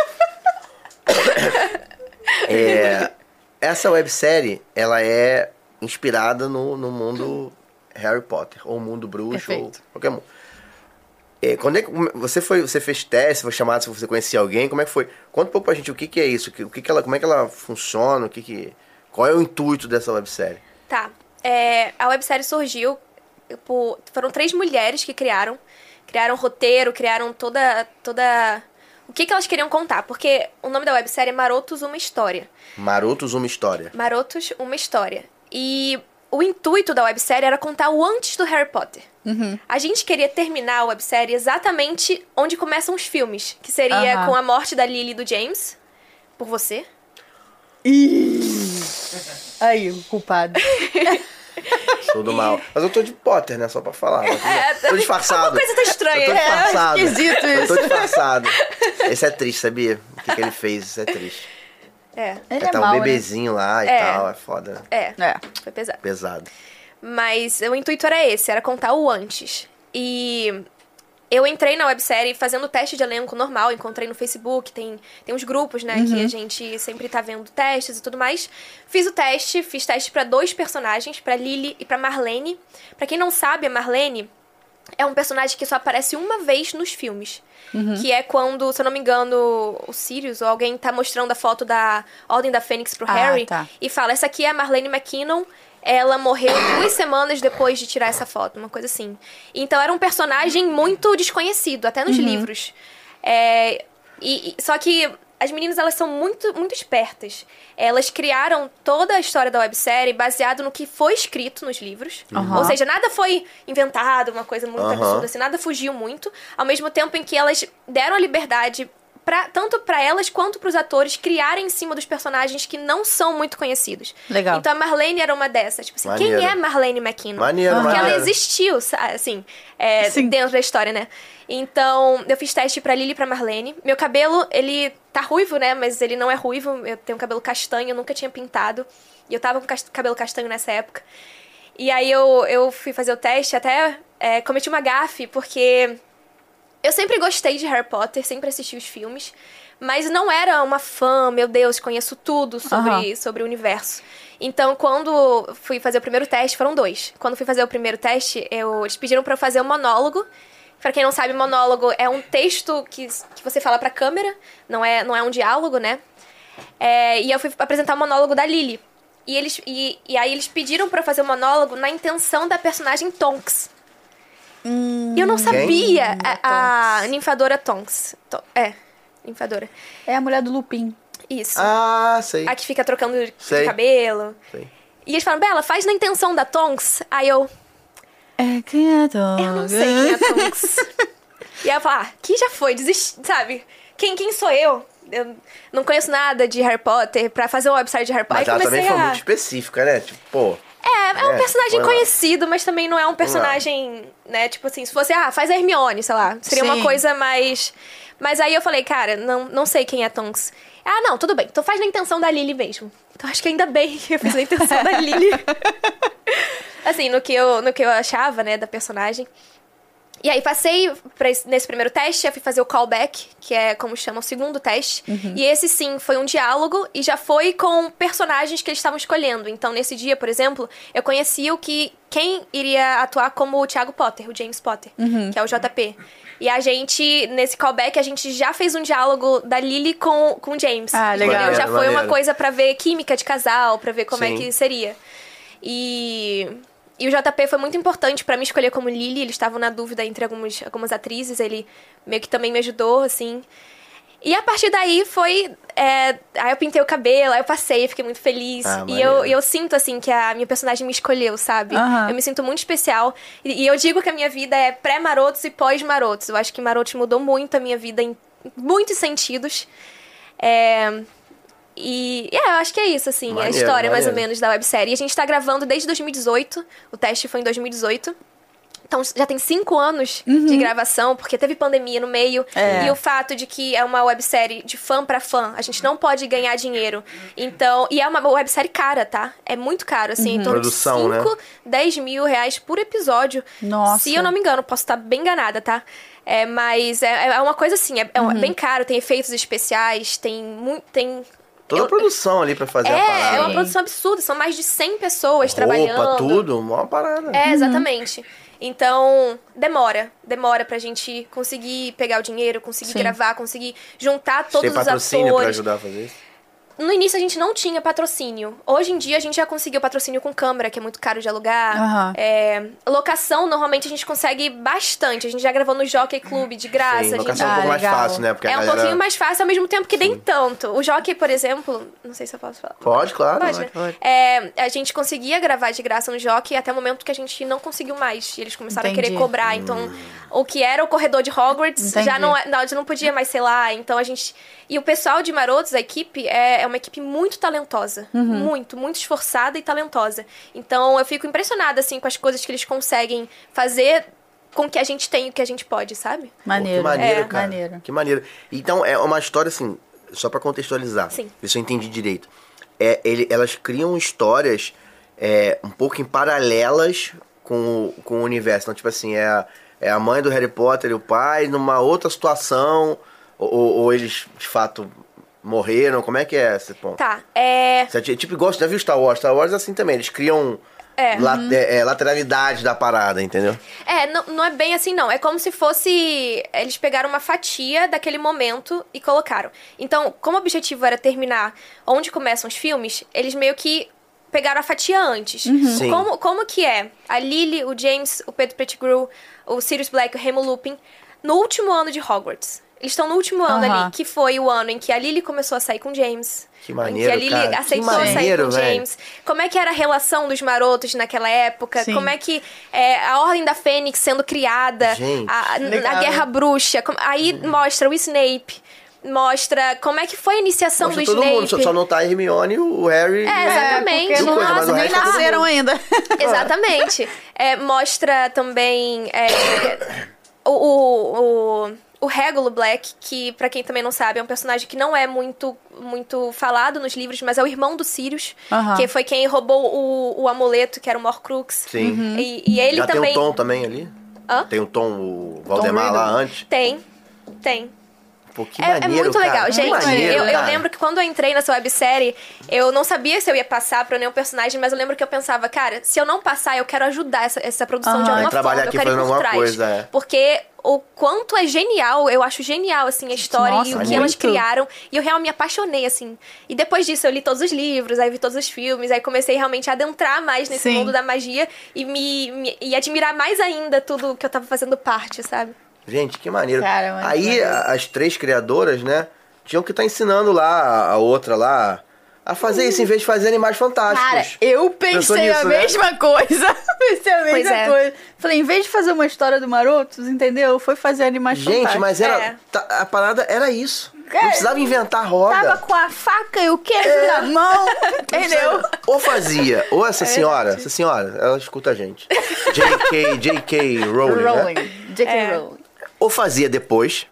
Essa websérie, ela é inspirada no mundo Harry Potter, ou mundo bruxo, ou Perfeito. qualquer mundo. Quando é que você fez teste, foi chamado, se você conhecia alguém, como é que foi? Conta um pouco pra gente o que é isso, como é que ela funciona, qual é o intuito dessa websérie? Tá. A websérie surgiu foram 3 mulheres que criaram roteiro, criaram toda o que elas queriam contar, porque o nome da websérie é Marotos, uma História. Marotos, uma história. Marotos, uma História. E o intuito da websérie era contar o antes do Harry Potter. A gente queria terminar a websérie exatamente onde começam os filmes, que seria com a morte da Lily e do James, por você. Aí, o culpado. Sou do mal. Mas eu tô de Potter, né? Só pra falar. Tô disfarçado. Alguma coisa tá estranha. Eu tô disfarçado. esquisito Eu tô isso. disfarçado. Esse é triste, sabia? O que ele fez, isso é triste. Ele é Tá mau, um bebezinho lá e tal, é foda. É. Foi pesado. Pesado. Mas o intuito era esse, era contar o antes. E eu entrei na websérie fazendo teste de elenco normal, encontrei no Facebook, tem uns grupos, né, que a gente sempre tá vendo testes e tudo mais. Fiz teste pra 2 personagens, pra Lily e pra Marlene. Pra quem não sabe, a Marlene é um personagem que só aparece uma vez nos filmes. Que é quando, se eu não me engano, o Sirius ou alguém tá mostrando a foto da Ordem da Fênix pro Harry tá. e fala, essa aqui é a Marlene McKinnon. Ela morreu 2 semanas depois de tirar essa foto, uma coisa assim. Então era um personagem muito desconhecido, até nos livros. Só que as meninas, elas são muito, muito espertas. Elas criaram toda a história da websérie baseado no que foi escrito nos livros. Ou seja, nada foi inventado, uma coisa muito absurda, assim, nada fugiu muito. Ao mesmo tempo em que elas deram a liberdade tanto pra elas quanto pros atores criarem em cima dos personagens que não são muito conhecidos. Legal. Então a Marlene era uma dessas. Tipo assim, Maneiro. quem é Marlene McKinnon? Maneiro, Porque maneiro. ela existiu, assim, Sim. dentro da história, né? Então, eu fiz teste pra Lily e pra Marlene. Meu cabelo, ele tá ruivo, né? Mas ele não é ruivo. Eu tenho cabelo castanho, eu nunca tinha pintado. E eu tava com cabelo castanho nessa época. E aí eu fui fazer o teste, até cometi uma gafe, porque eu sempre gostei de Harry Potter, sempre assisti os filmes, mas não era uma fã, meu Deus, conheço tudo sobre o universo. Então, quando fui fazer o primeiro teste, foram 2. Quando fui fazer o primeiro teste, eles pediram pra eu fazer um monólogo. Pra quem não sabe, monólogo é um texto que você fala pra câmera, não é um diálogo, né? E eu fui apresentar o monólogo da Lily. E aí eles pediram pra eu fazer o monólogo na intenção da personagem Tonks. E eu não sabia a ninfadora Tonks. Ninfadora. É a mulher do Lupin. Isso. Ah, sei. A que fica trocando de Sei. cabelo. Sei. E eles falam, Bela, faz na intenção da Tonks. Aí eu... Quem é Tonks? Eu não sei quem é Tonks. E ela fala, que já foi, desisti, sabe? Quem sou eu? Eu não conheço nada de Harry Potter pra fazer um website de Harry Potter. Mas ela também foi muito específica, né? Tipo, pô... É um personagem conhecido, mas também não é um personagem, né? Tipo assim, se fosse, faz a Hermione, sei lá. Seria uma coisa mais... Mas aí eu falei, cara, não sei quem é Tonks. Não, tudo bem. Então faz na intenção da Lily mesmo. Então acho que ainda bem que eu fiz na intenção da Lily. Assim, no que eu achava, né, da personagem. E aí passei nesse primeiro teste, eu fui fazer o callback, que é como chama o segundo teste. E esse sim foi um diálogo e já foi com personagens que eles estavam escolhendo. Então nesse dia, por exemplo, eu conhecia quem iria atuar como o Thiago Potter, o James Potter, que é o JP. E a gente, nesse callback, a gente já fez um diálogo da Lily com o James. Legal. Entendeu? Já foi maneiro. uma coisa pra ver química de casal, pra ver como é que seria. E o JP foi muito importante pra me escolher como Lily. Eles estavam na dúvida entre algumas atrizes. Ele meio que também me ajudou, assim. E a partir daí foi... aí eu pintei o cabelo, aí eu passei, fiquei muito feliz. E eu sinto, assim, que a minha personagem me escolheu, sabe? Eu me sinto muito especial. E eu digo que a minha vida é pré-Marotos e pós-Marotos. Eu acho que Marotos mudou muito a minha vida em muitos sentidos. Eu acho que é isso, assim, Maneiro, a história mais ou maneiro. menos da websérie. E a gente tá gravando desde 2018, o teste foi em 2018. Então já tem 5 anos de gravação, porque teve pandemia no meio. E o fato de que é uma websérie de fã pra fã, a gente não pode ganhar dinheiro. Então, e é uma websérie cara, tá? É muito caro, assim, em torno de Produção, 5, né? 10 mil reais por episódio. Nossa. Se eu não me engano, posso estar bem enganada, tá? Mas é uma coisa assim, é bem caro, tem efeitos especiais, tem Toda a produção ali pra fazer a parada. É uma produção absurda, são mais de 100 pessoas trabalhando. Roupa, tudo, uma parada. Exatamente. Então, demora pra gente conseguir pegar o dinheiro, conseguir gravar, conseguir juntar todos Tem os patrocínio pra atores. ajudar a fazer isso? No início a gente não tinha patrocínio. Hoje em dia a gente já conseguiu patrocínio com câmera, que é muito caro de alugar. Locação, normalmente a gente consegue bastante. A gente já gravou no Jockey Club de graça. Sim, a locação gente... é um pouco mais legal. fácil, né? Porque É a um galera... pouquinho mais fácil, ao mesmo tempo que nem tanto. O Jockey, por exemplo... Não sei se eu posso falar. Pode, claro. Pode, né? Pode. A gente conseguia gravar de graça no Jockey até o momento que a gente não conseguiu mais. E eles começaram a Entendi. querer cobrar. Então, o que era o corredor de Hogwarts Entendi. já não podia mais ser lá. Então, a gente... E o pessoal de Marotos, a equipe, é uma equipe muito talentosa. Muito, muito esforçada e talentosa. Então, eu fico impressionada, assim, com as coisas que eles conseguem fazer com que a gente tenha o que a gente pode, sabe? Maneiro. Pô, que maneiro, cara. Maneiro. Que maneiro. Então, é uma história, assim, só pra contextualizar. Sim. Ver se eu entendi direito. Elas criam histórias um pouco em paralelas com o universo. Então, tipo assim, é a mãe do Harry Potter e o pai numa outra situação, ou eles, de fato, morreram. Como é que é esse ponto? Tá, Você, tipo, igual, você já viu Star Wars? Star Wars é assim também, eles criam lateralidade da parada, entendeu? Não é bem assim, não. É como se fosse... Eles pegaram uma fatia daquele momento e colocaram. Então, como o objetivo era terminar onde começam os filmes, eles meio que pegaram a fatia antes. Sim. Como que é? A Lily, o James, o Pedro Pettigrew, o Sirius Black, o Remo Lupin, no último ano de Hogwarts. Eles estão no último ano ali, que foi o ano em que a Lily começou a sair com o James. Que maneiro, em que a Lily cara. aceitou Que sair maneiro, com o James. Como é que era a relação dos marotos naquela época? Sim. Como é que a Ordem da Fênix sendo criada, Gente, a legal. Guerra Bruxa. Aí mostra o Snape, mostra como é que foi a iniciação Mostra do todo Snape. mundo, só não tá a Hermione, o Harry... Exatamente. Porque Não, mas o nem resto é tudo- nasceram ainda. Exatamente. Mostra também o Regulo Black, que, pra quem também não sabe, é um personagem que não é muito falado nos livros, mas é o irmão do Sirius, que foi quem roubou o amuleto, que era o Horcrux. Sim. E ele Já também... tem o Tom também ali? Hã? Tem o Tom, o Valdemar lá antes? Tem. Pô, que É maneiro, muito cara. legal, Que gente. maneiro, Eu cara. lembro que quando eu entrei nessa websérie, eu não sabia se eu ia passar pra nenhum personagem, mas eu lembro que eu pensava, cara, se eu não passar, eu quero ajudar essa produção de Vai alguma trabalhar forma. aqui Eu quero ir fazendo por alguma trás. coisa, Porque o quanto é genial, eu acho genial, assim, a história Nossa, e o que muito. elas criaram. E eu realmente me apaixonei, assim. E depois disso, eu li todos os livros, aí vi todos os filmes, aí comecei realmente a adentrar mais nesse Sim. mundo da magia e admirar mais ainda tudo que eu tava fazendo parte, sabe? Gente, que maneiro. Cara, muito Aí maneiro. as 3 criadoras, né, tinham que estar ensinando lá a outra lá a fazer isso em vez de fazer Animais Fantásticos. Cara, eu Pensou pensei nisso, a né? mesma coisa. Pensei a Pois mesma é. coisa. Falei, em vez de fazer uma história do Marotos, entendeu? Foi fazer Animais Gente, Fantásticos. mas era. É. A parada era isso. É. Não precisava inventar roda. Tava com a faca e o queijo na mão, entendeu? Ou fazia, ou essa senhora, ela escuta a gente. J.K. Rowling, né? Rowling. J.K. É. Rowling. Ou fazia depois,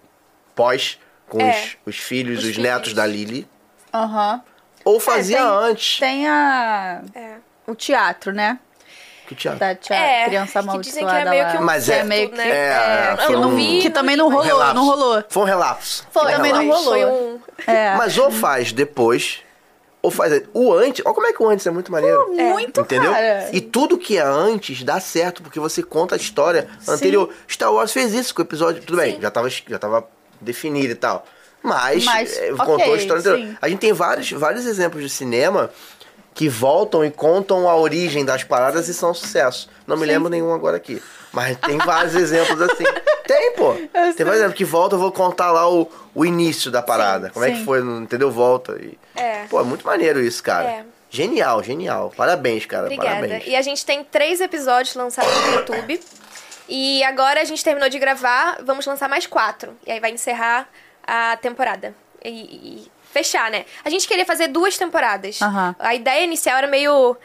com É. os filhos, Os os netos filhos. da Lily. Aham. Ou fazia tem- antes. Tem É. o teatro, né? Que teatro. Da Criança que dizem Amaldiçoada que é meio lá. que um Mas que é- é meio que... né? É, eu não foi vi. Que também não Um rolou, relapso. não rolou. Foi um relapso. Foi, um também não relapso. rolou. Foi um... É. Mas ou faz depois, ou faz o antes. Olha como é que o antes é muito maneiro. Muito, Entendeu? cara. E tudo que é antes dá certo, porque você conta a história anterior. Star Wars fez isso com o episódio. Tudo bem, já tava definido e tal. Mas contou ok, a história anterior. sim. A gente tem vários exemplos de cinema que voltam e contam a origem das paradas e são um sucesso. Não me lembro nenhum agora aqui. Mas tem vários exemplos assim. Tem, pô. Tem vários exemplos que voltam, eu vou contar lá o início da parada. Como é que sim. foi, entendeu? Volta. E... É. Pô, é muito maneiro isso, cara. É. Genial, genial. Parabéns, cara. Obrigada. Parabéns. E a gente tem 3 episódios lançados no YouTube. E agora a gente terminou de gravar, vamos lançar mais 4. E aí vai encerrar a temporada. E fechar, né? A gente queria fazer 2 temporadas. Aham. A ideia inicial era meio...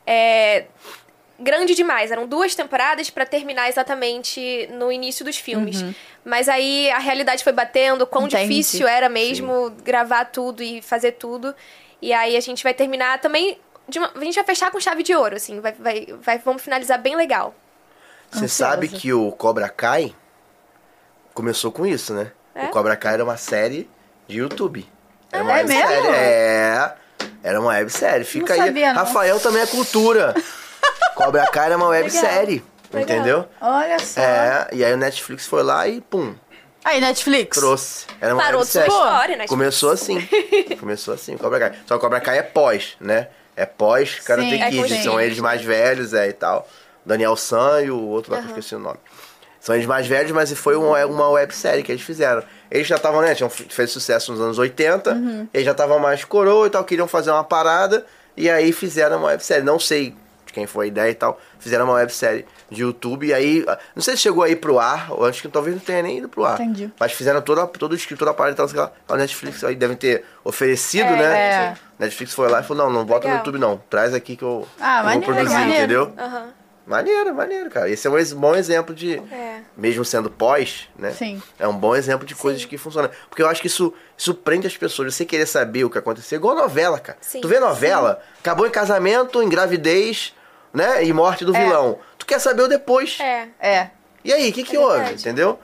grande demais. Eram 2 temporadas pra terminar exatamente no início dos filmes. Mas aí a realidade foi batendo, quão Entendi. difícil era mesmo gravar tudo e fazer tudo. E aí a gente vai terminar também... a gente vai fechar com chave de ouro, assim. Vamos finalizar bem legal. Você Ansiosa. sabe que o Cobra Kai começou com isso, né? É? O Cobra Kai era uma série de YouTube. Era uma é websérie. mesmo? Era uma websérie. Fica Não aí. sabia, não. Rafael também é cultura. Cobra Kai era uma websérie. Legal. Entendeu? Olha só. E aí o Netflix foi lá e pum, Aí, Netflix. trouxe. Era uma Parou de sua websérie. história, né? Começou assim. Começou assim, Cobra Kai. Só que o Cobra Kai é pós, né? É pós Karate Sim, Kid. sim. São eles mais velhos, e tal. Daniel San e o outro lá que eu esqueci o nome. São eles mais velhos, mas foi uma websérie que eles fizeram. Eles já estavam, né? Tinham feito sucesso nos anos 80. Eles já estavam mais coroa e tal, queriam fazer uma parada. E aí fizeram uma websérie. Não sei de quem foi a ideia e tal. Fizeram uma websérie de YouTube. E aí, não sei se chegou aí pro ar. Ou acho que talvez não tenha nem ido pro ar. Entendi. Mas fizeram todo o script, toda a parada e tal. Sei lá. A Netflix aí devem ter oferecido, né? é. Netflix foi lá e falou, não bota no Legal. YouTube não. Traz aqui que eu vou maneiro, produzir, maneiro. entendeu? Aham. Maneiro, cara. Esse é um bom exemplo de... É. Mesmo sendo pós, né? Sim. É um bom exemplo de coisas que funcionam. Porque eu acho que isso prende as pessoas. Você querer saber o que aconteceu. Igual novela, cara. Sim. Tu vê novela, acabou em casamento, em gravidez, né? E morte do vilão. Tu quer saber o depois. É. E aí, o que É houve? verdade. Entendeu?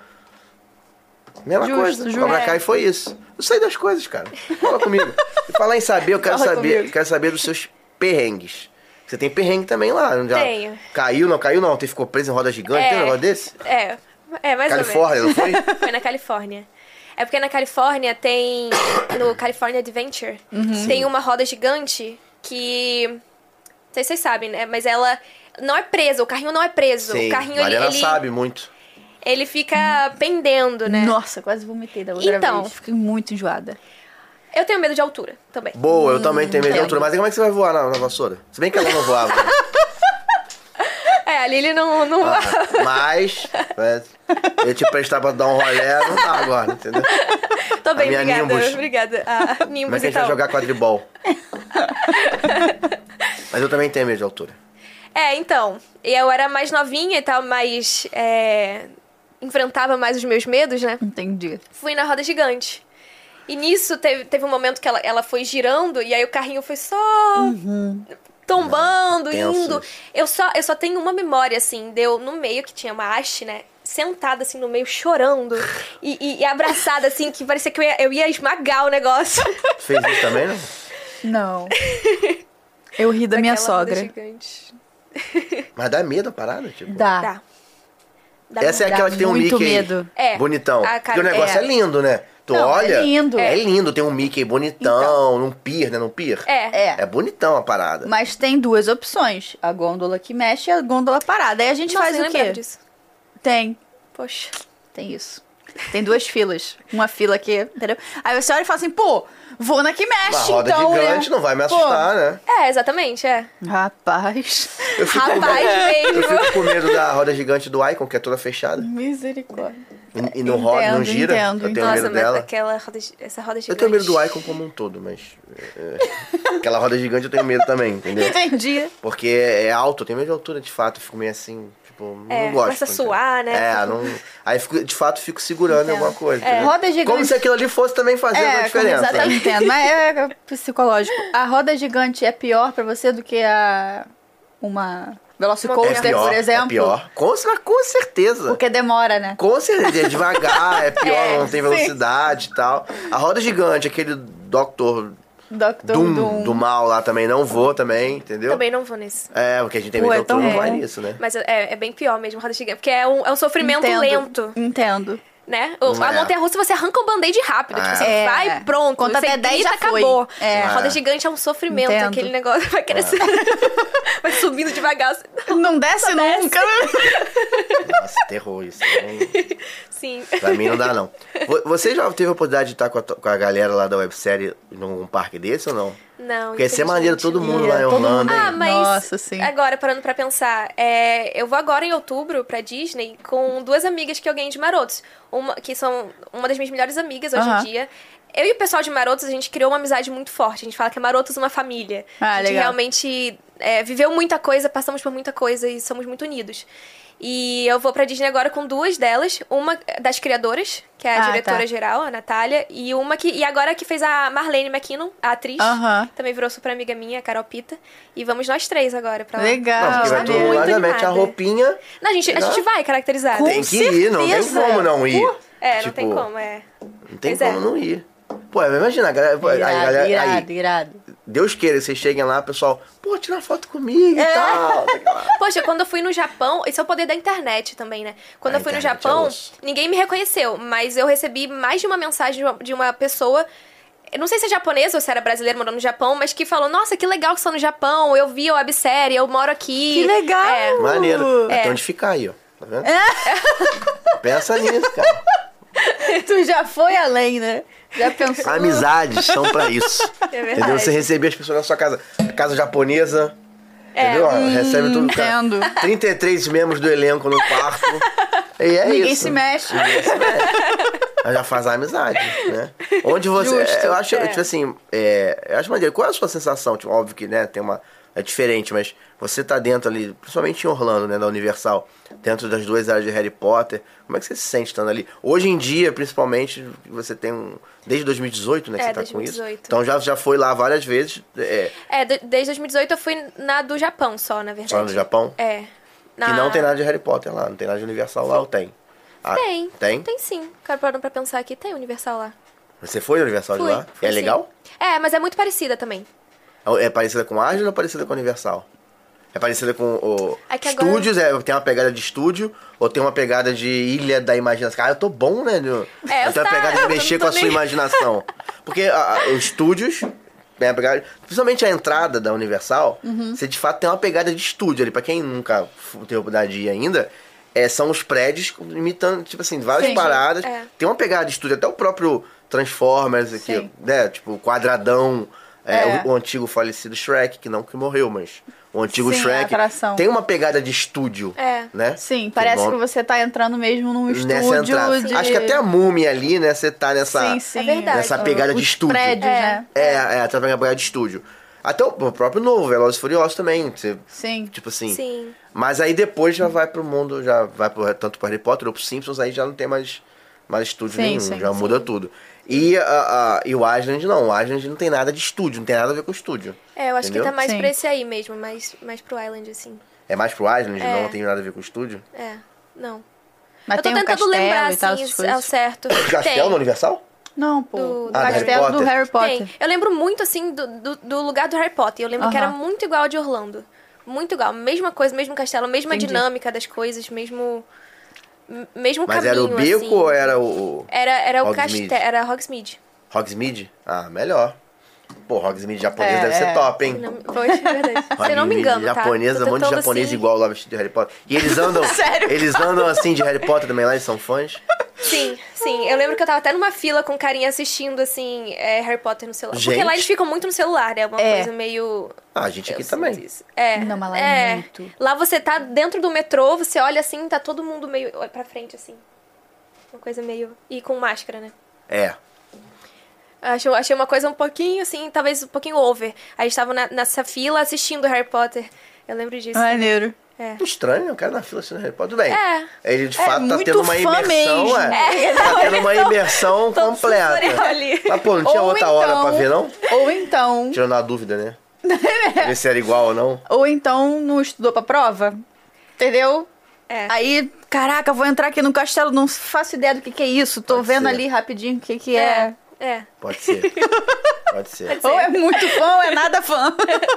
Mesma Justo, coisa. justo. Cobra Kai foi isso. Eu sei das coisas, cara. Fala comigo. E falar em saber, eu quero Fala saber, comigo. quero saber dos seus perrengues. Você tem perrengue também lá, não já? Tenho. Caiu, não? Você ficou preso em roda gigante? Tem um negócio desse? Mais Califórnia, ou não foi? menos. Foi na Califórnia. É porque na Califórnia tem... No California Adventure, tem uma roda gigante que... Não sei se vocês sabem, né? Mas ela não é presa, o carrinho não é preso. Sim, O carrinho, Mariana ele sabe muito. ele fica pendendo, né? Nossa, quase vomitei da outra Então. vez. Fiquei muito enjoada. Eu tenho medo de altura também. Boa, eu também tenho medo de entendo. altura. Mas como é que você vai voar na vassoura? Se bem que ela não voava. A Lili não... Mas, eu te prestar pra dar um rolé, não dá agora, entendeu? Tô bem, minha obrigada. Nimbus. Obrigada. A Como é Nimbus que a e gente vai tal. jogar quadribol? Mas eu também tenho medo de altura. Então. Eu era mais novinha e tal, mas... enfrentava mais os meus medos, né? Entendi. Fui na roda gigante. E nisso teve um momento que ela foi girando e aí o carrinho foi só tombando, Tenso indo. isso. Eu só tenho uma memória, assim, deu no meio que tinha uma haste, né? Sentada assim no meio, chorando. E abraçada, assim, que parecia que eu ia esmagar o negócio. Fez isso também, não? Não. Eu ri da minha Daquela roda sogra. gigante. Mas dá medo a parada, tipo. Dá. Dá. Essa é Dá aquela que tem um muito Mickey medo. É. bonitão. A Porque o negócio é lindo, né? Tu Não, é olha. lindo. É lindo, tem um Mickey bonitão, num pier, né? Num pier. É. É bonitão a parada. Mas tem duas opções. A gôndola que mexe e a gôndola parada. Aí a gente Nossa, faz nem o quê? lembrava disso. Tem. Poxa. Tem isso. Tem 2 filas. Uma fila aqui, entendeu? Aí você olha e fala assim, pô, vou na que mexe, Uma roda então, gigante né? não vai me assustar, né? Exatamente, Rapaz. Eu fico, Rapaz eu mesmo. fico com medo da roda gigante do Icon, que é toda fechada. Misericórdia. E não roda, não gira. Entendo. Eu tenho Nossa, medo mas dela. essa roda gigante. Eu tenho medo do Icon como um todo, mas... aquela roda gigante eu tenho medo também, entendeu? Entendi. Porque é alto, eu tenho medo de altura, de fato. Eu fico meio assim, tipo, não gosto. Começa a suar, né? Não... Aí, de fato, fico segurando em alguma coisa. entendeu? Roda gigante. Como se aquilo ali fosse também fazer uma diferença. Exatamente, entendo. Mas é psicológico. A roda gigante é pior pra você do que uma Velocicoaster, por exemplo? É pior. Com certeza. Porque demora, né? Com certeza. É devagar, é pior, não tem sim. velocidade e tal. A roda gigante, aquele Dr. Dr. Doom do mal lá também, não vou também, entendeu? Também não vou nesse. Porque a gente tem Pô, medo é de altura, tão não vai bom. nisso, né? Mas é bem pior mesmo, roda gigante. Porque é um sofrimento lento, Entendo. né? A montanha-russa você arranca o band-aid rápido. Tipo, você É. vai, pronto. Conta você até 10 grita, já foi. acabou. É. A roda gigante é um sofrimento. Entendo. Aquele negócio vai crescendo. Vai subindo devagar. Não desce nunca. Nossa, terror isso. Sim. Pra mim não dá, não. Você já teve a oportunidade de estar com a galera lá da websérie num parque desse ou não? Não, Porque ia ser maneiro todo mundo lá em Todo Orlando. mundo. hein? Ah, mas Nossa, sim. agora, parando pra pensar, eu vou agora em outubro pra Disney com 2 amigas que eu ganhei de Marotos. Que são uma das minhas melhores amigas hoje em dia. Eu e o pessoal de Marotos, a gente criou uma amizade muito forte. A gente fala que é Marotos uma família. Ah, a gente legal. realmente viveu muita coisa, passamos por muita coisa e somos muito unidos. E eu vou pra Disney agora com 2 delas. Uma das criadoras, que é a diretora-geral, a Natália. E uma e agora que fez a Marlene McKinnon, a atriz. Também virou super amiga minha, a Carol Pita. E vamos nós 3 agora pra lá. Legal. Não, porque vai todo mundo lá, já mete a animada. roupinha. Não, a gente vai caracterizada. Tem que ir, não tem certeza. como não ir. Não tem como, Não tem Pois como não ir. Pô, imagina, a galera, Irado. Deus queira que vocês cheguem lá, pessoal, pô, tira foto comigo e tal. Poxa, quando eu fui no Japão, esse é o poder da internet também, né? Quando A eu fui no internet Japão, é osso. ninguém me reconheceu, mas eu recebi mais de uma mensagem de uma pessoa, eu não sei se é japonesa ou se era brasileira morando no Japão, mas que falou, nossa, que legal que você tá no Japão, eu vi a websérie, eu moro aqui. Que legal! Maneiro. Vai ter onde ficar aí, ó. Tá vendo? Pensa nisso, cara. Tu já foi além, né? Já pensou? Amizades são pra isso. verdade. Entendeu? Você receber as pessoas na sua casa. Casa japonesa. Entendeu? Recebe tudo. entendo. 33 membros do elenco no quarto. E é Ninguém isso. se mexe. Ninguém se mexe. Mas já faz a amizade, né? Onde você... Justo. Eu acho, tipo assim... eu acho maneiro. Qual é a sua sensação? Tipo, óbvio que, né, tem uma... É diferente, mas você tá dentro ali, principalmente em Orlando, né, da Universal, dentro das 2 áreas de Harry Potter. Como é que você se sente estando ali? Hoje em dia, principalmente, você tem desde 2018, né, que você tá 2018. com isso. Então já foi lá várias vezes. Desde 2018 eu fui na do Japão só, na verdade. Só no Japão? É. Que não tem nada de Harry Potter lá, não tem nada de Universal lá, ou tem? Ah, Tem. Tem? Tem sim. Cara, parando pra pensar aqui, tem Universal lá. Você foi no Universal de Fui, lá? fui É sim. legal? Mas é muito parecida também. É parecida com a Aslan ou parecida com a Universal? É parecida com o É que agora- estúdios, tem uma pegada de estúdio, ou tem uma pegada de ilha da imaginação? Cara, eu tô bom, né? Eu tenho uma pegada de eu mexer não com a tô sua nem- imaginação. Porque os estúdios, tem a pegada, principalmente a entrada da Universal, você de fato tem uma pegada de estúdio ali. Pra quem nunca teve a oportunidade de ir ainda, são os prédios imitando, tipo assim, várias Sim, paradas. é. Tem uma pegada de estúdio, até o próprio Transformers aqui, Sim. né? Tipo, quadradão. O antigo falecido Shrek, que morreu, mas o antigo Sim, a Shrek atração. tem uma pegada de estúdio, né? Sim, parece que você tá entrando mesmo num nessa estúdio entrada. de... Acho que até a múmia ali, né? Você tá nessa, Sim, sim. É verdade. nessa pegada de Os estúdio. prédios, né? Tá na pegada de estúdio. Até o próprio novo, Velozes e Furiosos também. Sim. Tipo assim. Sim. Mas aí depois já vai pro mundo, já vai tanto pro Harry Potter ou pro Simpsons, aí já não tem mais estúdio Sim, nenhum, sim, já sim. muda tudo. E o Island não, o Island não tem nada de estúdio, não tem nada a ver com estúdio. Eu acho Entendeu? que tá mais Sim. pra esse aí mesmo, mais pro Island, assim. É mais pro Island, não tem nada a ver com estúdio? Não. Mas eu tô tem um tentando castelo lembrar, e tal, assim, essas coisas. ao certo. Castelo no Universal? Não, pô. Do Do Harry castelo do Potter. Harry Potter. Tem. Eu lembro muito, assim, do lugar do Harry Potter. Eu lembro que era Aham. muito igual ao de Orlando. Muito igual. Mesma coisa, mesmo castelo, mesma Entendi. dinâmica das coisas, mesmo Mas caminho, era o beco assim. ou era o Era o Hogsmeade? castelo, era Hogsmeade. Hogsmeade? Ah, melhor. Pô, Hogsmeade japonês É, deve ser é. top, hein? Não, foi verdade. Se eu não me engano, tá? Japonesa, Tô um monte de tentando, japonês assim, igual lá vestido de Harry Potter. E eles andam, Sério? eles andam assim de Harry Potter também lá, eles são fãs. Sim. Eu lembro que eu tava até numa fila com carinha assistindo, assim, Harry Potter no celular. Gente. Porque lá eles ficam muito no celular, né? Uma coisa meio... Ah, a gente aqui Eu também. sinto isso. É. Não, mas lá é muito. Lá você tá dentro do metrô, você olha assim, tá todo mundo meio pra frente, assim. Uma coisa meio... E com máscara, né? É. Achei uma coisa um pouquinho, assim, talvez um pouquinho over. Aí estavam nessa fila assistindo Harry Potter. Eu lembro disso. Maneiro. Estranho, né? O cara na fila assistindo Harry Potter. Tudo bem. Ele de fato tá muito tendo uma fã imersão. mesmo. Tá tendo uma imersão Todo completa. sensorial ali. Mas, pô, não tinha Ou outra hora então- pra ver, não? Ou então... Tirando a dúvida, né? Ver se era igual ou não. Ou então não estudou pra prova. Entendeu? É. Aí, caraca, vou entrar aqui no castelo, não faço ideia do que é isso. Tô Pode vendo ser. ali rapidinho o que é. É. Pode ser. Pode ser. Ou é muito fã ou é nada fã.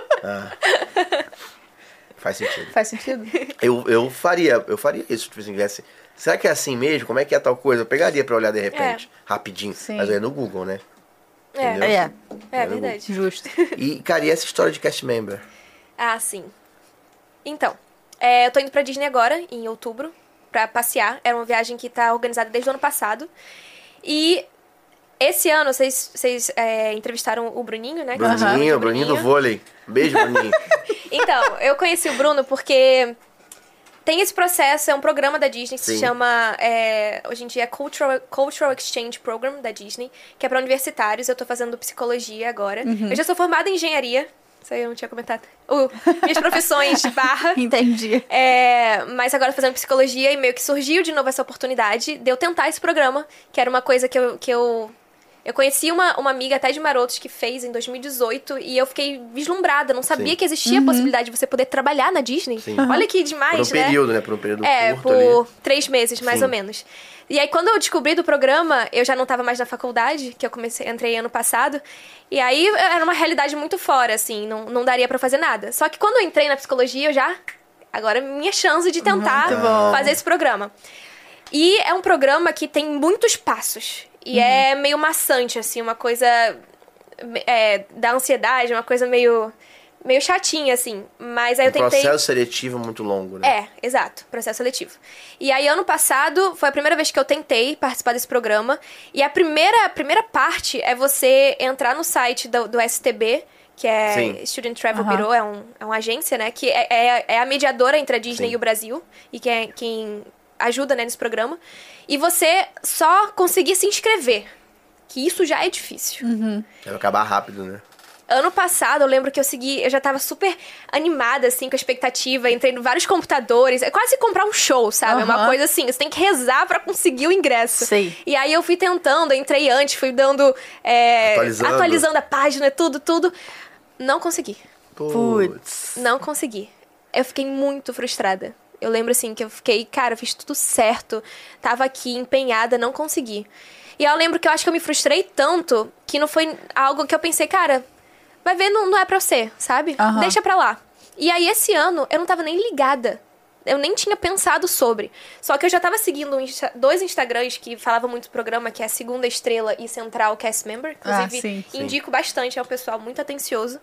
Faz sentido. Faz sentido? Eu faria isso se tivesse. Será que é assim mesmo? Como é que é tal coisa? Eu pegaria pra olhar de repente, rapidinho. Sim. Mas aí é no Google, né? É. Entendeu? É verdade. Justo. E, cara, e essa história de cast member? Ah, sim. Então, eu tô indo pra Disney agora, em outubro, pra passear. Era uma viagem que tá organizada desde o ano passado. E esse ano, vocês entrevistaram o Bruninho, né? Bruninho do vôlei. Beijo, Bruninho. Então, eu conheci o Bruno porque tem esse processo, é um programa da Disney que se chama, hoje em dia, Cultural Exchange Program da Disney, que é pra universitários. Eu tô fazendo psicologia agora. Eu já sou formada em engenharia. Isso aí eu não tinha comentado. Minhas profissões / Entendi. Mas agora fazendo psicologia e meio que surgiu de novo essa oportunidade de eu tentar esse programa, que era uma coisa que eu conheci uma amiga até de Marotos que fez em 2018 e eu fiquei vislumbrada, não sabia que existia a possibilidade de você poder trabalhar na Disney. Sim. Olha que demais, Por um período, né? Por um período curto por ali. 3 meses, mais ou menos. E aí, quando eu descobri do programa, eu já não tava mais na faculdade, que eu entrei ano passado. E aí, era uma realidade muito fora, assim, não daria pra fazer nada. Só que quando eu entrei na psicologia, agora é minha chance de tentar fazer esse programa. E é um programa que tem muitos passos. E é meio maçante, assim, uma coisa da ansiedade, uma coisa meio chatinha, assim. Mas aí eu tentei... processo seletivo muito longo, né? Exato, processo seletivo. E aí, ano passado, foi a primeira vez que eu tentei participar desse programa. E a primeira parte é você entrar no site do STB, que é Student Travel Bureau, é uma agência, né? Que é a mediadora entre a Disney e o Brasil. E que é quem ajuda, né, nesse programa. E você só conseguir se inscrever. Que isso já é difícil. Deve acabar rápido, né? Ano passado, eu lembro que eu já tava super animada, assim, com a expectativa. Entrei em vários computadores. É quase comprar um show, sabe? É uma coisa assim, você tem que rezar pra conseguir o ingresso. Sei. E aí eu fui tentando, entrei antes, fui dando... atualizando a página, tudo. Não consegui. Putz. Não consegui. Eu fiquei muito frustrada. Eu lembro, assim, que eu fiquei... Cara, eu fiz tudo certo. Tava aqui, empenhada, não consegui. E eu lembro que eu acho que eu me frustrei tanto que não foi algo que eu pensei, cara... Vai ver, não é pra você, sabe? Deixa pra lá. E aí, esse ano, eu não tava nem ligada. Eu nem tinha pensado sobre. Só que eu já tava seguindo 2 Instagrams que falavam muito do programa, que é Segunda Estrela e Central Cast Member. Inclusive, indico bastante, é um pessoal muito atencioso.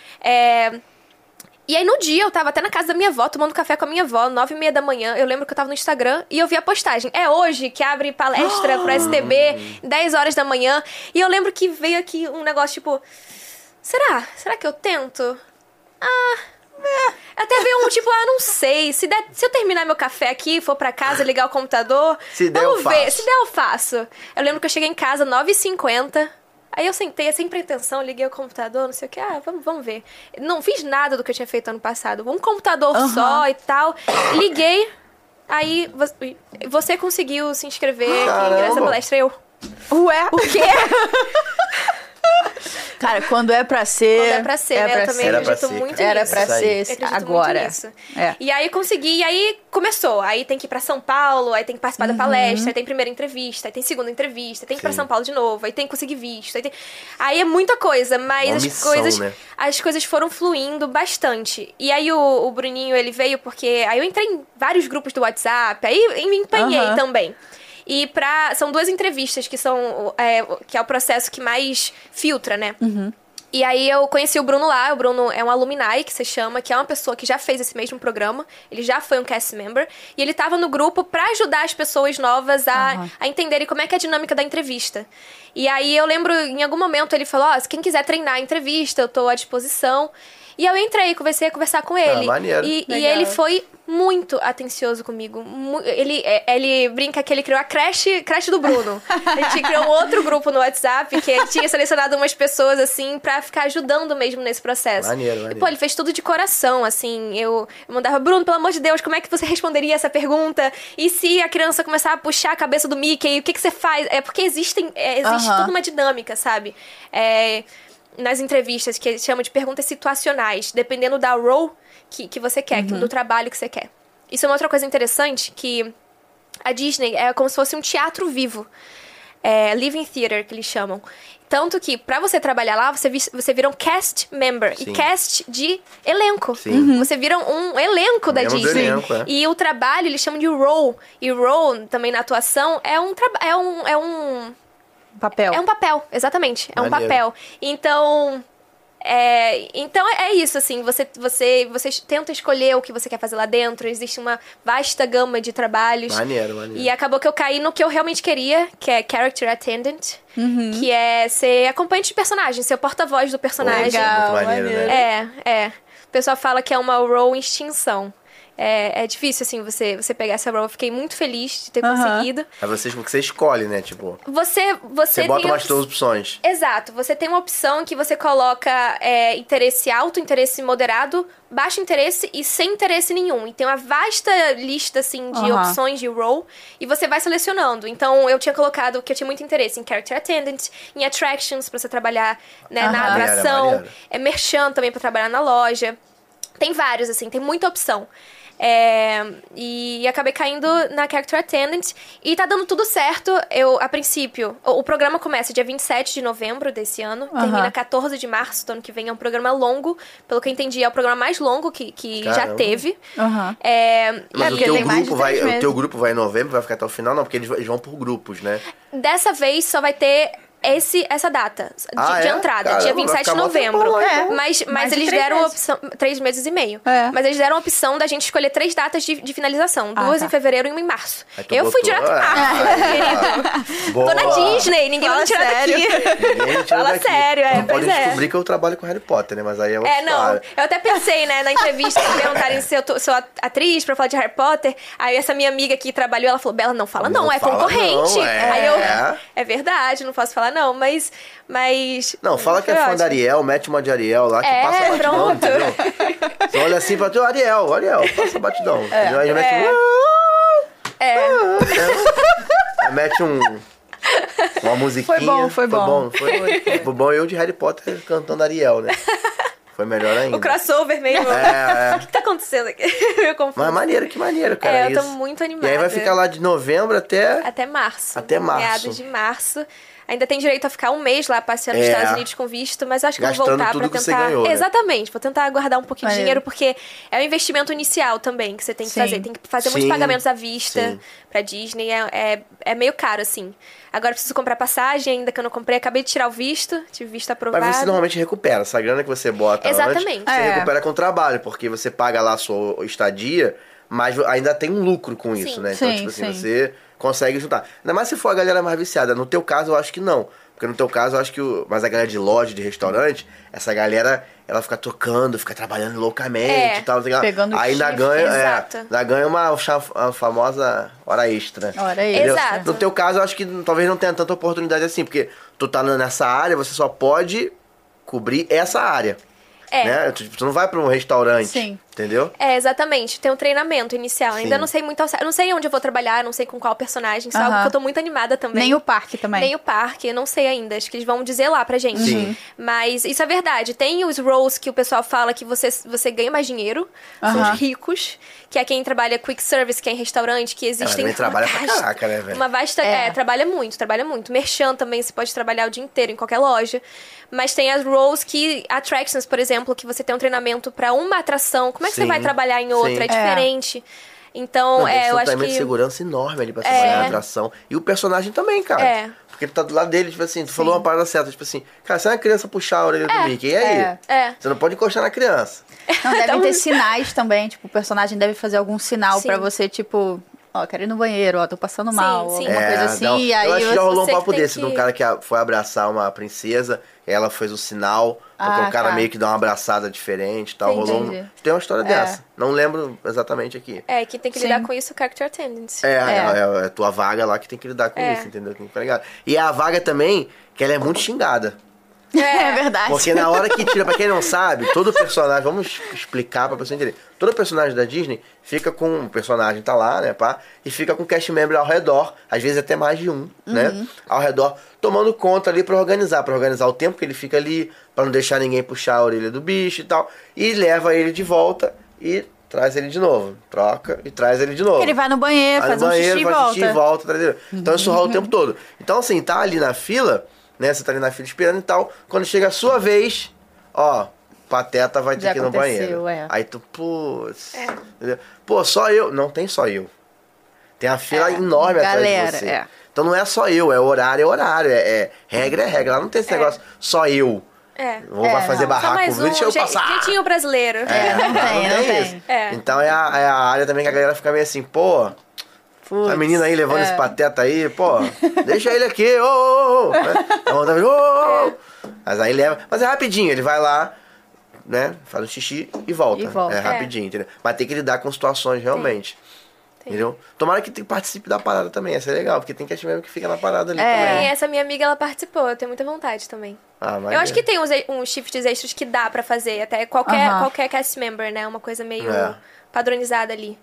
E aí, no dia, eu tava até na casa da minha avó, tomando café com a minha avó, 9h30 da manhã. Eu lembro que eu tava no Instagram e eu vi a postagem. É hoje que abre palestra pro STB, 10 horas da manhã. E eu lembro que veio aqui um negócio, tipo... Será que eu tento? Até veio um tipo, não sei. Se eu terminar meu café aqui, for pra casa, ligar o computador... Se der, vamos eu ver. faço. Se der, eu faço. Eu lembro que eu cheguei em casa 9h50... Aí eu sentei, sem pretensão, liguei o computador, não sei o que. Vamos ver. Não fiz nada do que eu tinha feito ano passado. Um computador só e tal. Liguei. Aí, você conseguiu se inscrever aqui nessa palestra. Ué? O quê? Cara, quando é pra ser... Quando é pra ser, né? Eu também acredito muito nisso. Era pra ser Eu acredito agora. muito nisso. E aí consegui, e aí começou. Aí tem que ir pra São Paulo, aí tem que participar da palestra, aí tem primeira entrevista, aí tem segunda entrevista, tem que ir pra São Paulo de novo, aí tem que conseguir visto. Aí é muita coisa, mas as coisas foram fluindo bastante. E aí o Bruninho, ele veio porque... Aí eu entrei em vários grupos do WhatsApp, aí me empenhei também. E são 2 entrevistas que são... que é o processo que mais filtra, né? E aí eu conheci o Bruno lá, o Bruno é um alumni, que se chama, que é uma pessoa que já fez esse mesmo programa, ele já foi um cast member, e ele tava no grupo pra ajudar as pessoas novas a entenderem como é que é a dinâmica da entrevista. E aí eu lembro, em algum momento, ele falou, se quem quiser treinar a entrevista, eu tô à disposição. E eu entrei, comecei a conversar com ele. Maneiro. E ele foi muito atencioso comigo. Ele brinca que ele criou a creche do Bruno. A gente criou um outro grupo no WhatsApp que ele tinha selecionado umas pessoas, assim, pra ficar ajudando mesmo nesse processo. Maneiro. E, pô, ele fez tudo de coração, assim. Eu mandava, Bruno, pelo amor de Deus, como é que você responderia essa pergunta? E se a criança começar a puxar a cabeça do Mickey, o que você faz? É porque existe toda uma dinâmica, sabe? Nas entrevistas, que eles chamam de perguntas situacionais, dependendo da role que você quer, do trabalho que você quer. Isso é uma outra coisa interessante, que a Disney é como se fosse um teatro vivo. Living Theater, que eles chamam. Tanto que, pra você trabalhar lá, você vira um cast member. Sim. E cast de elenco. Sim. Você vira um elenco da Disney. Elenco, E o trabalho, eles chamam de role. E role, também na atuação, é um Papel. É um papel, exatamente. É um Maneiro. papel. Então é isso, assim. Você tenta escolher o que você quer fazer lá dentro. Existe uma vasta gama de trabalhos. Maneiro. E acabou que eu caí no que eu realmente queria, que é Character Attendant. Que é ser acompanhante de personagem, ser o porta-voz do personagem. Legal, Muito maneiro, né? O pessoal fala que é uma role em extinção. É difícil, assim, você pegar essa role. Eu fiquei muito feliz de ter conseguido. É você escolhe, né? Tipo, Você bota tem umas duas opções. Exato. Você tem uma opção que você coloca interesse alto, interesse moderado, baixo interesse e sem interesse nenhum. E tem uma vasta lista, assim, de opções de role. E você vai selecionando. Então, eu tinha colocado que eu tinha muito interesse em Character Attendant, em Attractions, pra você trabalhar, né, na atração. Maneiro. Merchan também pra trabalhar na loja. Tem vários, assim, tem muita opção. E acabei caindo na Character Attendant. E tá dando tudo certo. A princípio, o programa começa dia 27 de novembro desse ano. Termina 14 de março do ano que vem. É um programa longo. Pelo que eu entendi, é o programa mais longo que já teve. Mas o teu grupo vai em novembro, vai ficar até o final? Não, porque eles vão por grupos, né? Dessa vez só vai ter essa data de entrada, Caramba, dia 27 de novembro. Mas eles deram a opção... 3 meses e meio. Mas eles deram a opção da gente escolher 3 datas de finalização. 2 em fevereiro e 1 em março. Eu fui direto em março, querido. Tô na Disney, ninguém vai me tirar daqui. Fala sério, Pode descobrir que eu trabalho com Harry Potter, né? Mas aí é outra história. Eu até pensei, né, na entrevista, que perguntarem se eu sou atriz pra falar de Harry Potter. Aí essa minha amiga que trabalhou, ela falou, Bela, não fala não, é concorrente. Aí eu, é verdade, não posso falar não, mas... Não, fala que é fã da Ariel, mete uma de Ariel lá, que passa batidão, pronto. entendeu? Você olha assim pra tu, Ariel, passa batidão. Aí mete mete uma musiquinha. Foi bom. Foi bom eu de Harry Potter cantando Ariel, né? Foi melhor ainda. O crossover mesmo. O que tá acontecendo aqui? Eu confuso. Mas maneiro, que maneiro, cara. Eu tô muito animada. E aí vai ficar lá de novembro até março. Meados de março. Ainda tem direito a ficar 1 mês lá passeando nos Estados Unidos com visto, mas acho que gastando vou voltar tudo pra que tentar. você ganhou, né? Exatamente, vou tentar guardar um pouquinho de dinheiro, porque é um investimento inicial também que você tem que fazer. Tem que fazer muitos pagamentos à vista pra Disney. É meio caro, assim. Agora eu preciso comprar passagem, ainda que eu não comprei. Acabei de tirar o visto, tive visto aprovado. Mas você normalmente recupera. Essa grana que você bota Exatamente. antes, você recupera com o trabalho, porque você paga lá a sua estadia, mas ainda tem um lucro com isso, né? Então, tipo assim, você consegue juntar. Ainda mais se for a galera mais viciada. No teu caso, eu acho que não. Porque no teu caso, eu acho que... Mas a galera de loja, de restaurante, essa galera, ela fica tocando, fica trabalhando loucamente e tal. Pegando aí ainda ganha uma famosa hora extra. Exato. No teu caso, eu acho que talvez não tenha tanta oportunidade assim, porque tu tá nessa área, você só pode cobrir essa área. Né? Tu não vai pra um restaurante, entendeu? Exatamente. Tem um treinamento inicial. Ainda não sei muito ao certo. Não sei onde eu vou trabalhar, não sei com qual personagem. Isso é algo que eu tô muito animada também. Nem o parque também. Nem o parque, eu não sei ainda. Acho que eles vão dizer lá pra gente. Mas isso é verdade. Tem os roles que o pessoal fala que você ganha mais dinheiro. São os ricos. Que é quem trabalha quick service, que é em restaurante, que existem... trabalha pra caraca, né, velho? Uma vasta... trabalha muito. Merchan também, você pode trabalhar o dia inteiro em qualquer loja. Mas tem as roles que... Attractions, por exemplo, que você tem um treinamento pra uma atração. Como é que você vai trabalhar em outra? É diferente. Então, Não, eles eu têm um acho treinamento que... de segurança enorme ali pra trabalhar a atração. E o personagem também, cara. É. Porque ele tá do lado dele, tipo assim, tu falou uma parada certa, tipo assim, cara, se uma criança puxar a orelha do Mickey, e aí? Você não pode encostar na criança. Não, devem ter sinais também, tipo, o personagem deve fazer algum sinal Sim. pra você, tipo, ó, quero ir no banheiro, ó, tô passando Sim, mal, sim. alguma coisa assim, não, e aí eu acho que já rolou um você papo tem desse, que- de um cara que foi abraçar uma princesa, ela fez o sinal, porque Ah, o cara tá. meio que dá uma abraçada diferente e tal. Rolou Entendi. tem uma história dessa. Não lembro exatamente aqui. Quem tem que Sim. lidar com isso é o character attendant. É a tua vaga lá que tem que lidar com isso, entendeu? Tem que ficar ligado. E é a vaga também, que ela é muito xingada. É verdade. Porque na hora que tira, pra quem não sabe, todo personagem, vamos explicar pra pessoa entender. Todo personagem da Disney fica com, o personagem tá lá, né, pá, e fica com o cast member ao redor, às vezes até mais de um, né, ao redor, tomando conta ali pra organizar o tempo que ele fica ali, pra não deixar ninguém puxar a orelha do bicho e tal, e leva ele de volta e traz ele de novo, troca e traz ele de novo. Ele vai no banheiro, Vai faz no um banheiro, xixi e faz volta. xixi e volta, traz ele. Então isso rola o tempo todo. Então assim, tá ali na fila, né, você tá ali na fila esperando e tal, quando chega a sua vez, ó, Pateta vai ter Já que ir no aconteceu, banheiro. Aí tu, putz. Entendeu? Pô, só eu. Não tem só eu. Tem a fila enorme galera, atrás de você. Então não é só eu, é horário, regra é regra. Lá não tem esse negócio, só eu. Vai fazer Só barraco, mais um, deixa eu passar. jeitinho brasileiro. Não tem. isso. É. Então é a área também que a galera fica meio assim, pô. Putz, A menina aí levando esse pateta aí, pô, deixa ele aqui, Mas aí leva. Mas é rapidinho, ele vai lá, né? Faz um xixi e volta. E volta. É rapidinho, entendeu? Mas tem que lidar com situações realmente. Entendeu? Tomara que participe da parada também, essa é legal, porque tem cast member que fica na parada ali E também. essa minha amiga, ela participou, eu tenho muita vontade também. Mas Eu acho que tem uns shifts extras que dá pra fazer, até qualquer cast member, né? Uma coisa meio padronizada ali.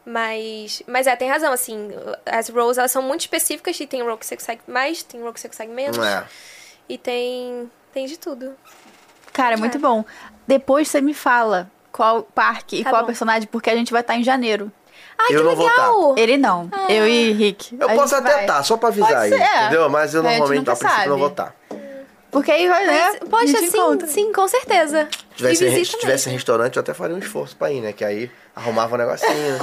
Mas tem razão, assim, as roles, elas são muito específicas, e tem role que você consegue mais, tem role que você consegue menos. E tem de tudo. Cara, é muito bom. Depois você me fala qual parque e Tá qual bom. personagem, porque a gente vai estar em janeiro. Ai, Eu que não vou legal! Ele não, eu e Rick. Eu A posso gente até vai. estar, só pra avisar Pode aí, ser, entendeu? Mas eu A gente normalmente, nunca a princípio, não sabe. vou estar. Porque aí vai, né? a Poxa, gente encontra. sim, com certeza. Se tivesse restaurante, eu até faria um esforço pra ir, né? Que aí arrumava um negocinho.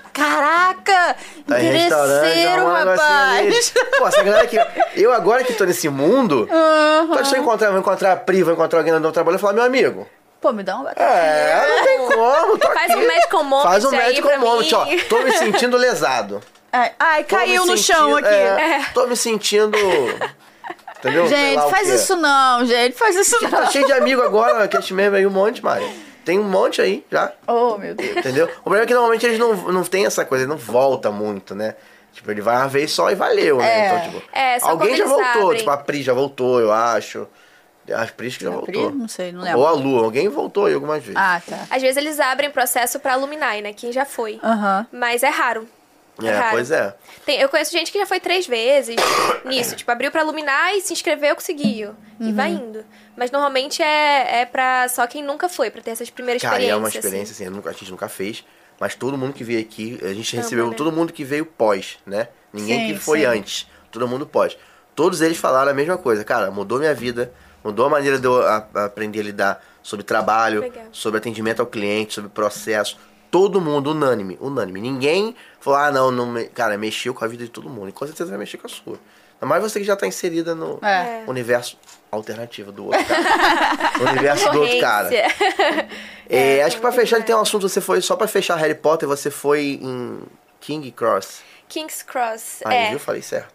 Caraca! Tá em restaurante, Interesseiro, arruma um negocinho ali. rapaz! Pô, essa galera que... Eu agora que tô nesse mundo, pode só vou encontrar a Pri, vou encontrar alguém no meu trabalho e falar, meu amigo... Pô, me dá uma batata. Não tem como, tô Faz aqui. um medical moment Faz um aí medical pra moment, mim. ó. Tô me sentindo lesado. Ai, Tô caiu me no chão sentindo- aqui. Tô me sentindo... Entendeu? Sei Gente, lá o faz quê. isso não, gente. Faz isso Tá não. cheio de amigo agora, cast member aí, um monte, Mari. Tem um monte aí, já. Oh, meu Deus. Entendeu? O problema é que normalmente eles não tem essa coisa, ele não volta muito, né? Tipo, ele vai uma vez só e valeu, né? Então, tipo, só alguém quando já eles voltou, abrem. tipo, a Pri já voltou, eu acho. A Pri acho que já voltou. Pri? Não sei, não lembro. Ou a Lu, alguém voltou aí algumas vezes. Ah, tá. Às vezes eles abrem processo pra alumni, né? Quem já foi. Aham. Mas é raro. raro. Pois é. Eu conheço gente que já foi 3 vezes nisso. Tipo, abriu pra alumni e se inscreveu, conseguiu. E vai indo. Mas normalmente é pra só quem nunca foi, pra ter essas primeiras Cara, e experiências. é uma experiência, assim, a gente nunca fez. Mas todo mundo que veio aqui, a gente Ama, recebeu né? todo mundo que veio pós, né? Ninguém Sim, que foi sim. antes. Todo mundo pós. Todos eles falaram a mesma coisa. Cara, mudou minha vida. Mudou a maneira de eu aprender a lidar sobre trabalho, Legal. sobre atendimento ao cliente, sobre processo. Todo mundo unânime. Ninguém falou, cara, mexeu com a vida de todo mundo. E com certeza vai mexer com a sua. Ainda mais você que já tá inserida no universo alternativo do outro cara. No universo do outro cara. Acho que pra fechar, tem um assunto, você foi, só pra fechar Harry Potter, você foi em King Cross. King's Cross. Aí, viu? Falei certo.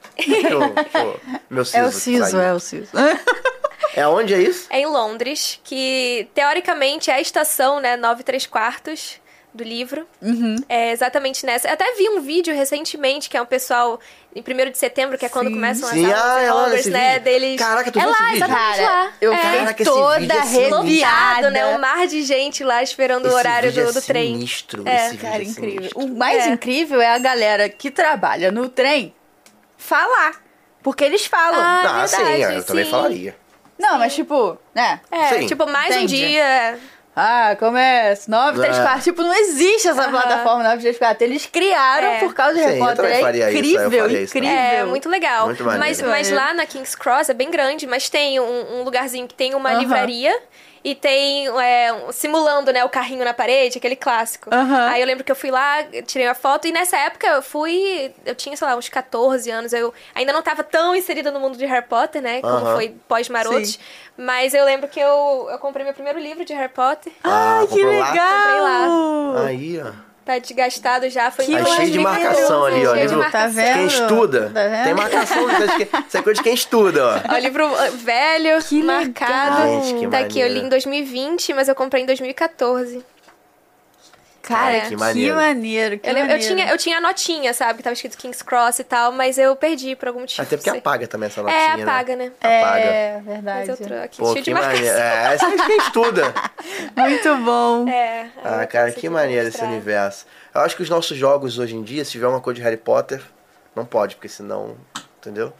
Meu siso É o siso, saiu. é o siso. É onde é isso? É em Londres, que teoricamente é a estação, né, 9 3/4 do livro. É exatamente nessa. Eu até vi um vídeo recentemente, que é um pessoal em 1º de setembro, que é quando começam Sim, as aulas é lá Hogwarts, nesse né, vídeo. deles... Caraca, tu é viu lá, esse vídeo? exatamente lá. Eu Caraca, fiquei esse toda vídeo é sinistro. arrepiada. Lotado, né, um mar de gente lá esperando o horário vídeo do trem. Sinistro, É, esse vídeo Cara, é incrível. sinistro. O mais incrível é a galera que trabalha no trem falar. Porque eles falam. Ah, sim, verdade, eu também sim. falaria. Não, mas tipo, né? Sim. Tipo, mais Entendi. um dia... Ah, começa. 934. Tipo, não existe essa plataforma 934. Eles criaram por causa de Sim, Harry eu Potter. também É faria isso, eu incrível, faria isso incrível. também. É, muito legal. Muito maneiro. Mas lá na King's Cross é bem grande, mas tem um lugarzinho que tem uma livraria E tem simulando, né, o carrinho na parede, aquele clássico. Aí eu lembro que eu fui lá, tirei uma foto. E nessa época eu tinha, sei lá, uns 14 anos. Eu ainda não tava tão inserida no mundo de Harry Potter, né? Como foi pós-Marotos. Mas eu lembro que eu comprei meu primeiro livro de Harry Potter. Ai, que comprou lá? legal! Comprei lá. Aí, ó. Tá desgastado já, foi Aí cheio de marcação ali, ó. Cheio de Livro, Tá marcação. vendo? quem estuda, Tá vendo? tem marcação. Isso é coisa de quem estuda, ó. Ó, livro velho, Que marcado. legal. Gente, que Tá aqui, eu li maneiro. em 2020, mas eu comprei em 2014. Cara, que que maneiro. maneiro. Que maneiro. Eu tinha a notinha, sabe? Que tava escrito King's Cross e tal, mas eu perdi por algum motivo. Até porque não sei. apaga também essa notinha, apaga, né? Apaga. É, Mas verdade. eu tô aqui Pô, cheio de que marcação. maneiro. Essa é de quem estuda. Muito bom. Ah, cara, que maneiro esse universo. Eu acho que os nossos jogos hoje em dia, se tiver uma coisa de Harry Potter, não pode, porque senão, entendeu?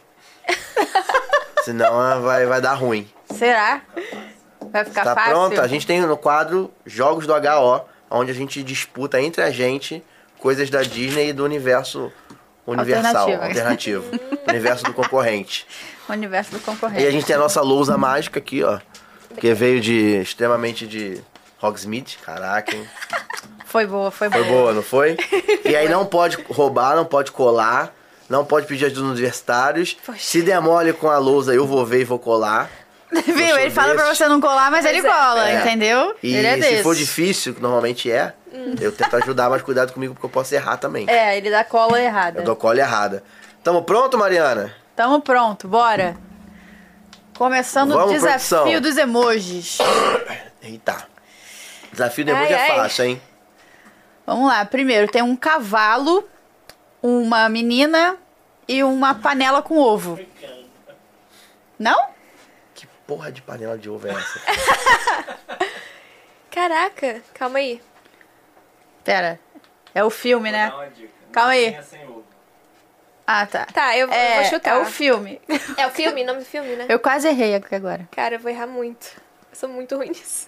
Senão vai dar ruim. Será? Vai ficar Tá fácil? pronto? A gente tem no quadro Jogos do HO, onde a gente disputa entre a gente coisas da Disney e do universo universal, alternativo. Universo do concorrente. O universo do E concorrente. a gente tem a nossa lousa mágica aqui, ó. Que veio extremamente de Hogsmeade. Caraca, hein? Foi boa, foi boa. Foi boa, não foi? E aí não pode roubar, não pode colar, não pode pedir ajuda dos universitários. Poxa. Se der mole com a lousa, eu vou ver e vou colar. Viu? Ele fala pra você não colar, mas ele cola, É. entendeu? E ele é se desse. for difícil, que normalmente é, eu tento ajudar, mas cuidado comigo porque eu posso errar também. É, ele dá cola errada. Eu dou cola errada. Tamo pronto, Mariana? Tamo pronto, bora. Começando Vamos, o desafio produção. dos emojis. Eita. Desafio depois é Ai. fácil, hein? Vamos lá, primeiro tem um cavalo, uma menina e uma panela com ovo. Não? Que porra de panela de ovo é essa? Caraca, calma aí. Pera, é o filme, né? Dá uma dica. Calma aí. Tinha sem ovo. Ah, tá. Tá, eu vou chutar. É o filme. É o filme? Nome do filme, né? Eu quase errei aqui agora. Cara, eu vou errar muito. Eu sou muito ruim nisso.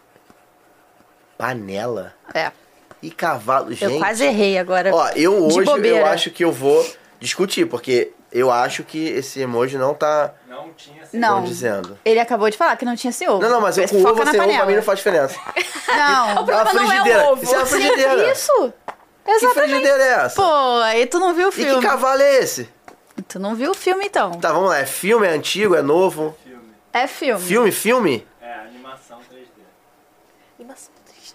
Panela É, e cavalo, gente. eu quase errei agora. Ó, eu De hoje bobeira. eu acho que eu vou discutir, porque eu acho que esse emoji não tá Não tinha sem Não. condizendo. Ele acabou de falar que não tinha sem ovo. Não, mas eu com Foca ovo na sem ovo pra panela. mim não faz diferença. Não. É uma problema não é o frigideira. ovo. Isso é uma Sim, frigideira. isso. Que Exatamente. frigideira é essa? Pô, aí tu não viu o E filme. que cavalo é esse? Tu não viu o filme, então. Tá, vamos lá. É filme, é antigo, é novo? filme. É filme. Filme? É, animação 3D. Animação triste.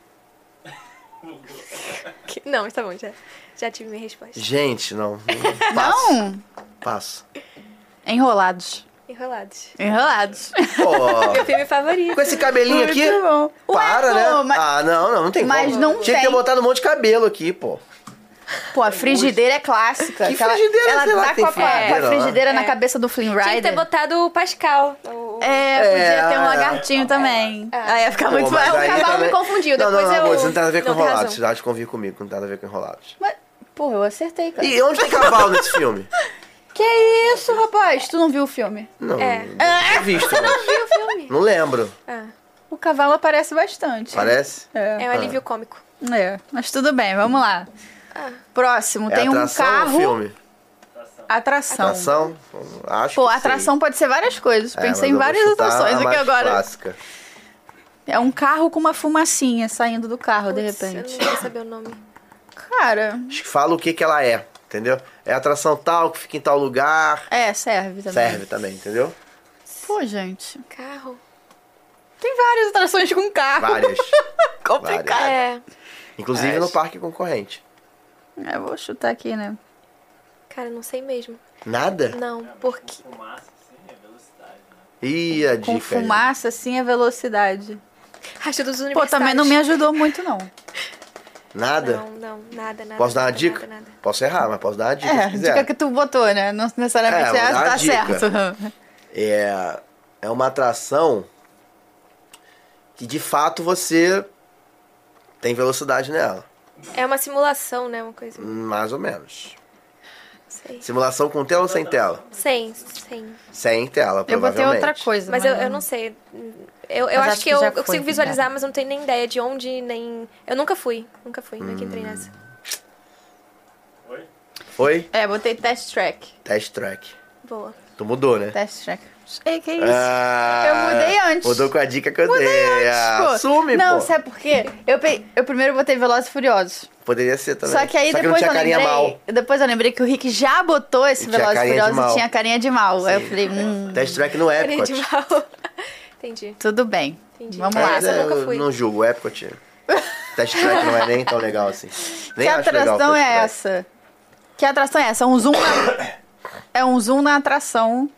Não, tá bom, já tive minha resposta. Gente, não. Passo. Não. Passo. Enrolados. Enrolados. Enrolados. Pô, Meu filme favorito. com esse cabelinho aqui? Muito bom. Para, Ué, né? pô, mas- Ah, não tem mas como. não Tinha que ter tem. botado um monte de cabelo aqui, pô. Pô, a frigideira é clássica. Que Aquela- frigideira? ela Sei lá dá que tem com a frigideira lá. frigideira na É. cabeça do Flynn Tinha que ter Rider. botado o Pascal. Podia ter um lagartinho também. Aí ia ficar muito Pô, mas bom. aí cavalo também- me confundiu, Não, depois não, eu- amor, isso não tem nada a ver com não, tem enrolados. razão. Você de convir comigo, não tem nada a ver com enrolados. Mas, pô, eu acertei, cara. E onde tem cavalo nesse filme? Que isso, rapaz? Tu não viu o filme? Não, É. não tinha visto. Né? Viu o filme? Não lembro. O cavalo aparece bastante. Parece? É um alívio cômico. É, mas tudo bem, vamos lá. Próximo, É tem um atração ou carro. filme? Atração. Atração? Acho Pô, que atração pode ser várias coisas. sei. Pensei mas em eu vou várias chutar atrações a aqui mais agora. Clássica. É um carro com uma fumacinha saindo do carro, de Putz, repente. Eu não vou saber o nome. Cara, Acho que fala o que ela é, entendeu? É atração tal, que fica em tal lugar. serve também. Serve também, entendeu? Pô, gente. Carro. Tem várias atrações com carro. Várias. Complicado. É. Inclusive É. no parque concorrente. Eu vou chutar aqui, né? Cara, não sei mesmo. Nada? Não, porque... Fumaça, sim, é velocidade, né? Ih, a dica. Com aí. fumaça, assim, é velocidade. Racha dos Pô, universitários. também não me ajudou muito, não. Nada? Não, nada. Posso dar uma nada, dica? Nada. Posso errar, mas posso dar uma dica É, se quiser. dica que tu botou, né? Não necessariamente É, vou dar uma tá dica. certo. É uma atração que de fato você tem velocidade nela. É uma simulação, né? Uma coisa. Mais ou menos. Sei. Simulação com tela ou sem tela? Sem. Sem tela, Eu botei provavelmente. outra coisa. Mas eu não sei. Eu Mas acho acho que que já eu foi, consigo visualizar, cara. mas eu não tenho nem ideia de onde, nem... Eu nunca fui, nunca entrei nessa. Oi? Foi? É, botei test track. Test track. Boa. Tu mudou, né? Test track. Ei, que isso? Ah, Eu mudei antes. Mudou com a dica que eu dei. Pô. Assume, Não, pô. sabe por quê? Eu primeiro botei Velozes e Furiosos. Poderia ser também. Só que aí não depois tinha eu carinha lembrei. mal. Depois eu lembrei que o Rick já botou esse E tinha Velozes e carinha de Furiosos mal. e tinha carinha de mal. Aí eu Sim. falei, Test Track no Carinha de Epcot. mal. Entendi. tudo bem. Entendi. Vamos É, lá. essa eu nunca fui. Não julgo, o Epcot. Test Track não é nem tão legal assim. Nem Que acho legal o atração Test é Track. essa? Que atração é essa? É um zoom na atração.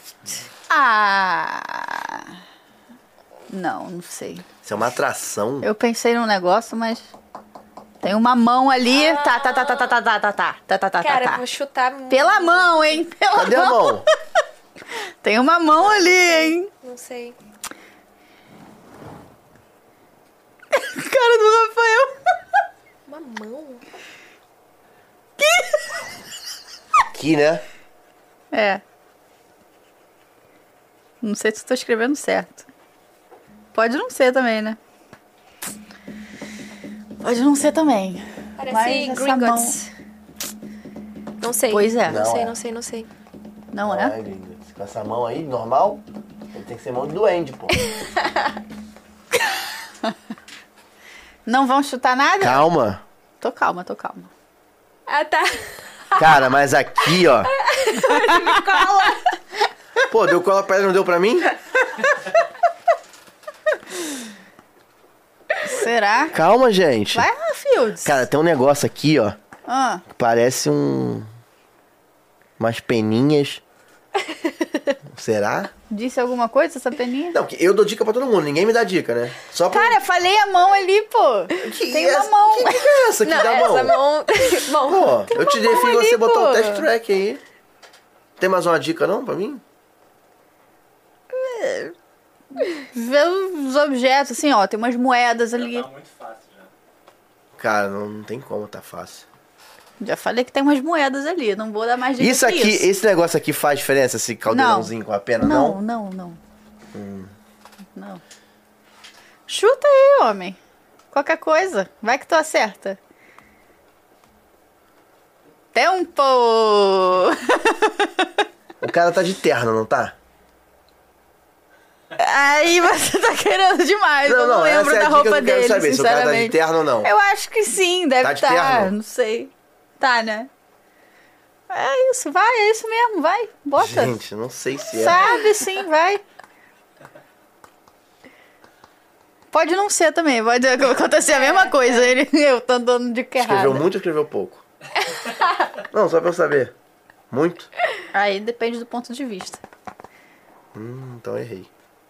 Ah. Não sei. Isso é uma atração. Eu pensei num negócio, mas. Tem uma mão ali. Tá. Cara, eu vou chutar muito. Pela mão, hein? Pela Cadê a mão? Tem uma mão ali, hein? Não sei. Cara do Rafael. Uma mão? Aqui, né? É. Não sei se estou escrevendo certo. Pode não ser também, né? Pode não ser também. Parece Mas essa Gringotts. Não sei. Pois é. Não Não sei, é. não sei, não sei. Não é? Ai, linda. Com essa mão aí, normal, ele tem que ser mão de duende, pô. Não vão chutar nada? Calma. Tô calma. Ah, tá. Cara, mas aqui, ó. Pô, deu cola pra ela, não deu pra mim? Será? Calma, gente. Vai, Fields. Cara, tem um negócio aqui, ó. Ah, Que parece umas peninhas. Será? disse alguma coisa essa peninha? Não, porque eu dou dica pra todo mundo, ninguém me dá dica, né? Só pra... Cara, falei a mão ali, pô. Tem uma mão. Que é essa aqui Não, da essa mão? mão... Bom, Pô, eu te dei mão fiz ali, você botar pô. o test track aí. Tem mais uma dica não pra mim? Vê os objetos, assim, ó. Tem umas moedas ali. Tá muito fácil já. Cara, não tem como, tá fácil. Já falei que tem umas moedas ali. Não vou dar mais dica Isso que aqui, isso. esse negócio aqui faz diferença, esse caldeirãozinho com a pena, não? Não. Não. Chuta aí, homem. Qualquer coisa. Vai que tu acerta. Tempo! O cara tá de terno, não tá? Aí você tá querendo demais. Eu não lembro essa é da a dica roupa que eu quero dele, saber, se o cara tá de sinceramente. terno ou não. Eu acho que sim, deve Tá de estar. terno? Não sei. Tá, né? É isso, vai, é isso mesmo, vai. Bota. Gente, não sei se é. Sabe sim, vai. Pode não ser também, pode acontecer a mesma coisa. Eu tô dando de que Escreveu errado. muito ou escreveu pouco? Não, só pra eu saber. Muito? Aí depende do ponto de vista. Então errei.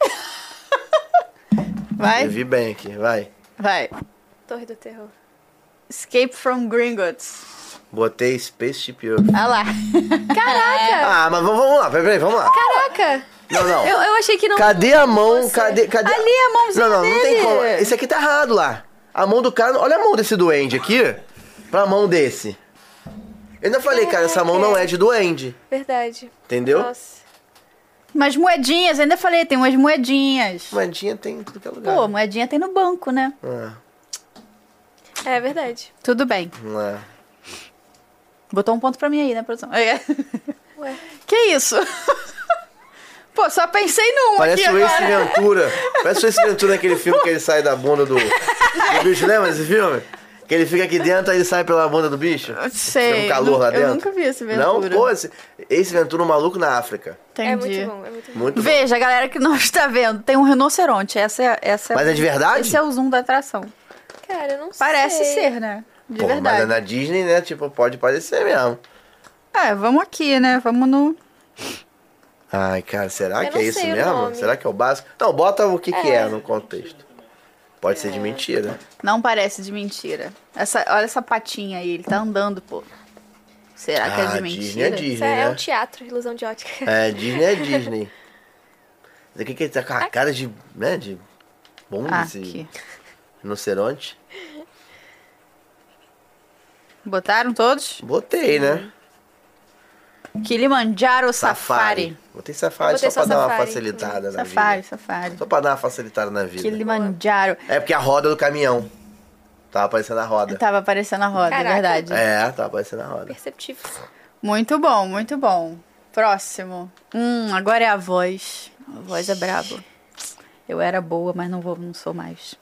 Vai, Eu vi bem aqui, vai. vai. Torre do Terror. Escape from Gringotts. Botei Spaceship Earth. Ah lá. Caraca! Ah, mas vamos lá, peraí, vamos lá. Caraca! Não, não. Eu achei que não... Cadê a mão? Você. Cadê? Ali a mãozinha Não, não tem dele. como. Esse aqui tá errado lá. A mão do cara. Olha a mão desse duende aqui. Pra mão desse. Eu ainda falei, cara, essa mão não é de duende. Verdade. Entendeu? Nossa. Umas moedinhas, ainda falei, tem umas moedinhas. Moedinha tem em tudo que é lugar. Pô, moedinha tem no banco, né? É, É verdade. Tudo bem. não é. Botou um ponto pra mim aí, né, produção? Ué. Que isso? Pô, só pensei num Parece aqui o Ace agora. Ventura. Parece o Ace Ventura naquele filme que ele sai da bunda do bicho. Lembra desse filme? Que ele fica aqui dentro, aí ele sai pela bunda do bicho. Sei. Fica um calor lá dentro. Eu nunca vi esse Ventura. Não, pô, esse Ventura, um maluco na África. Entendi. É muito bom, é muito bom. Muito bom. Veja, galera que não está vendo, tem um rinoceronte. Essa Mas é de verdade? Esse é o zoom da atração. Cara, eu não Parece sei. ser, né? De Pô, mas verdade. é na Disney, né? Tipo, pode parecer mesmo. É, vamos aqui, né? Vamos no... Ai, cara, será Eu que é não isso sei o mesmo? nome. Será que é o básico? Não, bota o que é no contexto. Pode ser de mentira. Não parece de mentira. Olha essa patinha aí, ele tá andando, pô. Será que é de mentira? Disney é Isso Disney, é né? um teatro, ilusão de ótica. É, Disney é Disney. Isso aqui que ele tá com a cara de, né, de bunda, esse Aqui. rinoceronte. Botaram todos? Botei, né? Kilimanjaro Safari. Botei Safari Eu botei só pra só dar uma Safari, facilitada na Safari, vida. Safari. Só pra dar uma facilitada na vida. Kilimanjaro. É porque a roda do caminhão. Tava aparecendo a roda. Tava aparecendo a roda, é Caraca. verdade. É, tava aparecendo a roda. Perceptível. Muito bom, muito bom. Próximo. Agora é a voz. A voz é braba. Eu era boa, mas não sou mais.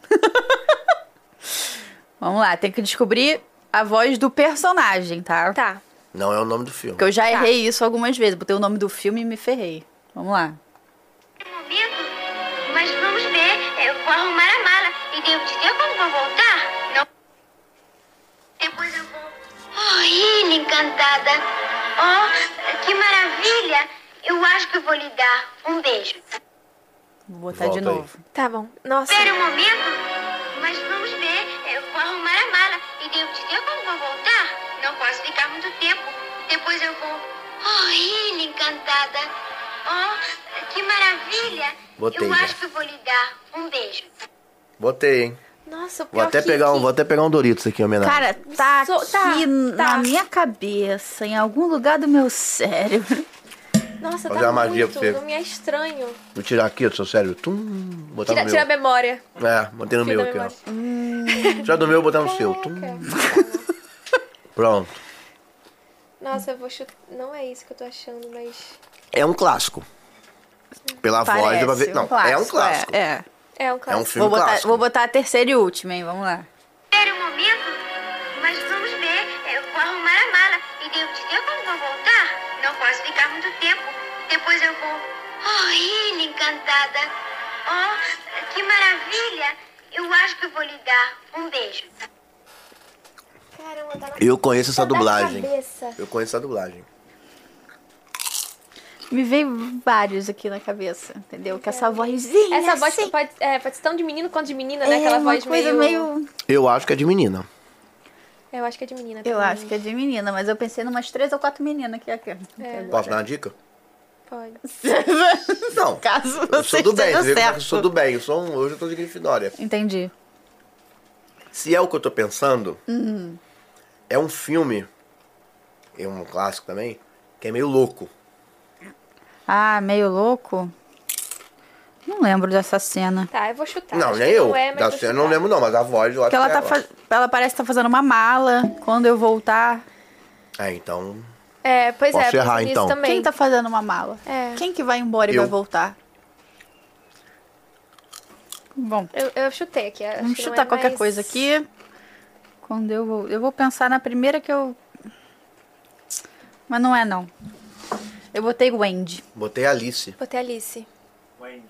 Vamos lá, tem que descobrir a voz do personagem, tá? Tá. Não é o nome do filme. Porque eu já errei isso algumas vezes. Botei o nome do filme e me ferrei. Vamos lá. Momento, mas vamos ver. Eu vou arrumar a mala e devo dizer quando vou voltar. Não. Depois eu vou. Oh, ilha encantada. Oh, que maravilha. Eu acho que eu vou lhe dar um beijo. Vou botar Volta de aí. novo. Tá bom. Nossa. Espere um momento, mas vamos ver. Eu vou arrumar a mala e devo dizer quando vou voltar. Não posso ficar muito tempo. Depois eu vou. Oh, ilha encantada. Oh, que maravilha. Botei eu já. acho que eu vou lhe dar um beijo. Botei, hein? Nossa, o Vou pior até, que- vou até pegar um Doritos aqui em homenagem. Cara, tá Tá, aqui tá. na minha cabeça, em algum lugar do meu cérebro. Nossa, Fazer tá uma magia muito. pra você. Não me é estranho. Vou tirar aqui do seu cérebro. Botar no Tira a meu. memória. Botei no Tira meu a aqui, ó. memória. Tirar do meu e botar no seu. Pronto. Nossa, eu vou chutar. Não é isso que eu tô achando, mas. É um clássico. Pela voz, dá pra ver. Não, é um clássico. É. É um É um clássico. filme clássico. Vou botar a terceira e última, hein? Vamos lá. Espere um momento, mas vamos ver. Eu vou arrumar a mala e devo dizer quando vou voltar. Não posso ficar muito tempo. Depois eu vou. Oh, ilha encantada. Oh, que maravilha. Eu acho que eu vou lhe dar um beijo. Caramba, tá na Eu conheço essa ponta da dublagem. cabeça. Eu conheço essa dublagem. Me veio vários aqui na cabeça, entendeu? Que essa vozinha. Essa voz assim, pode ser tanto de menino quanto de menina, né? é Aquela uma voz coisa meio. Eu acho que é de menina. Eu acho que é de menina Eu também. acho que é de menina, mas eu pensei em umas 3 ou 4 meninas aqui. Posso dar uma dica? Pode. Não. Caso Eu você sou do bem. esteja Você vê como é que certo. eu sou do bem. Hoje eu tô de Grifinória. Entendi. Se é o que eu tô pensando, é um filme, é um clássico também, que é meio louco. Ah, meio louco? Não lembro dessa cena. Tá, eu vou chutar. Não, Acho nem que eu. Não é, mas Da vou cena eu não chutar. lembro não, mas a voz eu acho Porque ela, que tá ela parece estar fazendo uma mala quando eu voltar. É, então... É, pois Posso é, errar, penso nisso então? também. Quem tá fazendo uma mala? É. Quem que vai embora e Eu. vai voltar? Bom, Eu chutei aqui. acho vamos que não chutar é qualquer mais- coisa aqui. Quando eu vou pensar na primeira que eu... Mas não é, não. Eu botei Wendy. Botei Alice. Botei Alice. Wendy.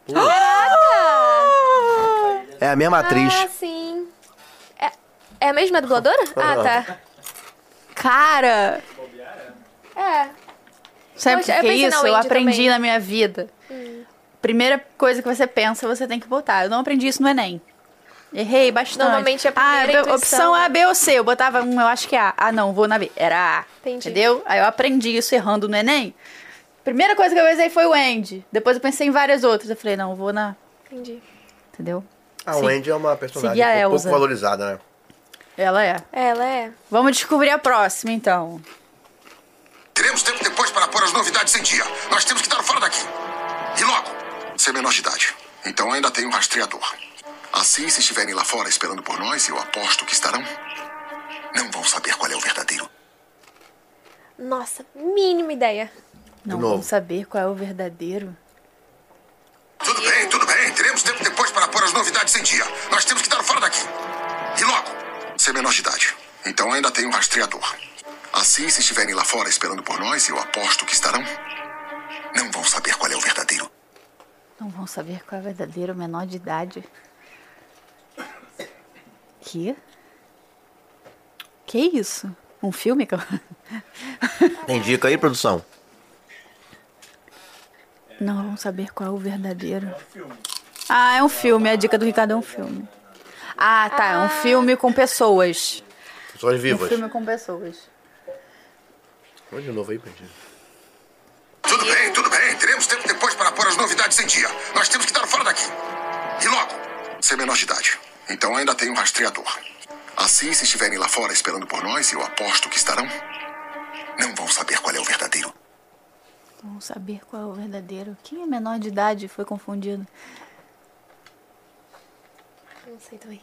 É a mesma atriz. Ah, sim. É a mesma dubladora? Ah, tá. Cara, É. sabe o Poxa, que eu é pensei na isso? Eu Wendy aprendi também. na minha vida. Primeira coisa que você pensa, você tem que botar. Eu não aprendi isso no Enem. Errei bastante. Normalmente a primeira intuição- opção A, B ou C. Eu botava eu acho que é A. Ah, não, vou na B. Era A. Entendi. Entendeu? Aí eu aprendi isso errando no Enem. Primeira coisa que eu pensei foi o Andy. Depois eu pensei em várias outras. Eu falei, não, eu vou na... Entendi. Entendeu? A Sim. Wendy é uma personagem Segui a pouco Elsa. valorizada, né? Ela é. Ela é. Vamos descobrir a próxima, então. Teremos tempo depois para pôr as novidades em dia. Nós temos que dar fora daqui. E logo. Você é menor de idade. Então ainda tem um rastreador. Assim, se estiverem lá fora esperando por nós, eu aposto que estarão, não vão saber qual é o verdadeiro. Nossa, mínima ideia. Não novo. vamos saber qual é o verdadeiro. Tudo bem, tudo bem. Teremos tempo depois para pôr as novidades em dia. Nós temos que dar fora daqui. E logo. Você é menor de idade. Então ainda tem um rastreador. Assim, se estiverem lá fora esperando por nós, eu aposto que estarão, não vão saber qual é o verdadeiro. Não vão saber qual é o verdadeiro menor de idade. Que isso? Um filme? Tem dica aí, produção? Não vão saber qual é o verdadeiro. Ah, é um filme. A dica do Ricardo é um filme. Ah, tá. É um filme com pessoas. Pessoas Um vivas. filme com pessoas. Vamos de novo aí, Pedro. Tudo bem, tudo bem. Teremos tempo depois para pôr as novidades em dia. Nós temos que dar fora daqui. E logo. Você é menor de idade. Então ainda tem um rastreador. Assim, se estiverem lá fora esperando por nós, eu aposto que estarão, não vão saber qual é o verdadeiro. Não vão saber qual é o verdadeiro. Quem é menor de idade foi confundido? Não sei também.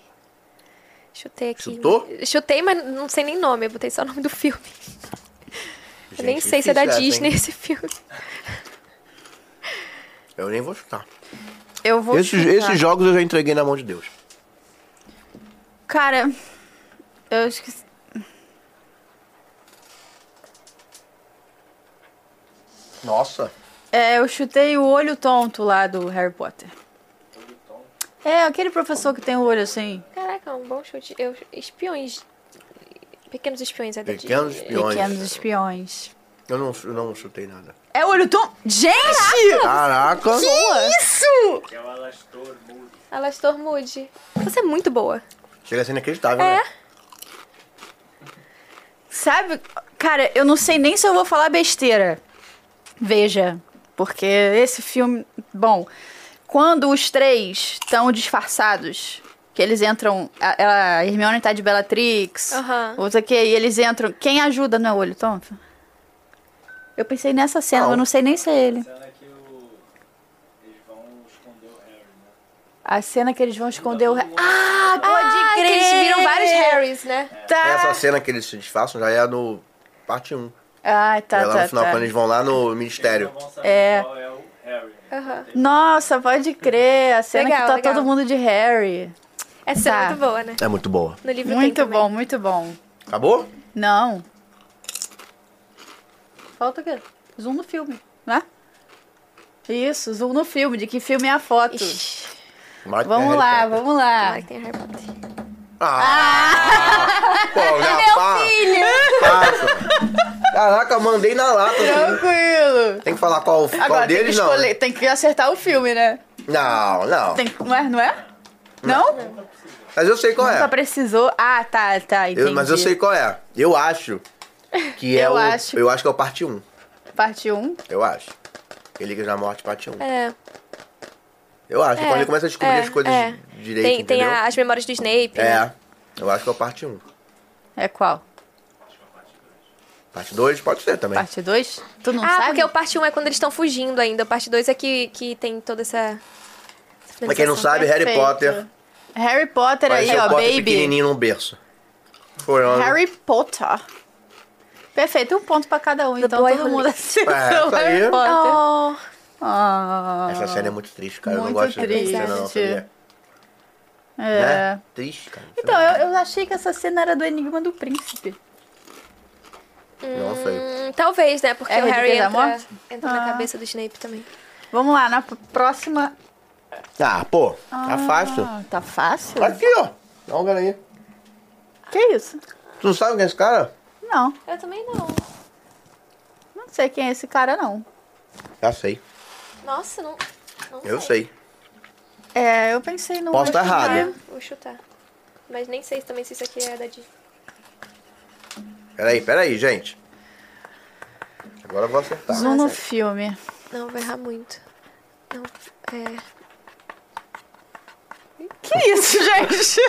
Chutei aqui. Chutou? Chutei, mas não sei nem nome. Eu botei só o nome do filme. Eu nem Gente, sei se é da difícil essa, Disney hein? esse filme. Eu nem vou chutar. Eu vou chutar. Esses jogos eu já entreguei na mão de Deus. Cara, eu esqueci. Nossa. Eu chutei o olho tonto lá do Harry Potter. É, aquele professor que tem o olho assim. Caraca, um bom chute. Espiões. Pequenos espiões é da Disney. Pequenos espiões. Pequenos espiões. Eu não chutei nada. É o olho tonto? Gente! Caraca. Isso! Que é o Alastor Moody. Alastor Moody. Você é muito boa. Chega a ser inacreditável, né? Sabe, cara, eu não sei nem se eu vou falar besteira. Veja, porque esse filme... Bom, quando os três estão disfarçados, que eles entram... A Hermione tá de Bellatrix, Aham. outra que e eles entram... Quem ajuda no olho tonto? Eu pensei nessa cena, Não. eu não sei nem se é ele. Cena que eles vão esconder o Harry, né? A cena que eles vão esconder o... Ah, pode Que crer! eles viram vários Harrys, né? Tá. Essa cena que eles se disfarçam já é no parte 1. Ah, tá, é lá tá, no final, tá. quando eles vão lá no Eles ministério. não vão saber É. qual é o Harry. Aham. Nossa, pode crer. A cena Legal, que tá legal. todo mundo de Harry. Essa cena Tá. é muito boa, né? É muito boa. No livro tem Muito também. bom, muito bom. Acabou? Não. Falta o quê? Zoom no filme, né? Isso, zoom no filme. De que filme é a foto? Ixi, Tomara que Vamos tenha lá, Harry Potter. vamos lá. tomara que tenha Harry Potter. Pô, meu filho! Caraca, mandei na lata. Assim. Tranquilo. Tem que falar qual Agora tem que deles, não. escolher, tem que acertar o filme, né? Não. Tem, não é? Não é? Não? Mas eu sei qual Só é. precisou. Ah, tá, entendi. Mas eu sei qual é. Eu acho que é Eu o... acho. Eu acho que é o parte 1. Parte 1. Eu acho. Relíquias da Morte, parte 1. É. Eu acho. Quando ele começa a descobrir as coisas direito, Tem entendeu? as memórias do Snape, né? É. Eu acho que é o parte 1. É qual? Parte 2 pode ser também. Parte 2? Tu não Ah, sabe? porque o parte 1 é quando eles estão fugindo ainda. O parte 2 é que tem toda essa... Mas quem não sabe, Harry Perfeito. Potter. Harry Potter aí, Parecia ó, o Potter baby. pequenininho num berço. Foi onde? Harry Potter. Perfeito, um ponto pra cada um. The Então Boy todo Who mundo Lived. assistiu isso aí. Harry Potter. Oh, Ah, Essa cena é muito triste, cara. Eu não Muito gosto dessa cena, não, triste. sabia? é. Né? Triste, cara. Então, eu achei que essa cena era do Enigma do Príncipe. Não sei. talvez, né? Porque É o Harry Relíquias da Morte? entra na cabeça do Snape também. Vamos lá, na próxima... Ah, pô. Tá fácil. Ah, tá fácil? Aqui, ó. Dá uma olhada aí. Que isso? Tu não sabe quem é esse cara? Não, Eu também não. não sei quem é esse cara, não. Já sei. Nossa, não Eu sei. É, eu pensei no... Posso estar outro errado. cara. Vou chutar. Mas nem sei também se isso aqui é da Disney. Peraí, gente. Agora eu vou acertar. Zoom no filme. Não, vou errar muito. Não, Que isso, gente?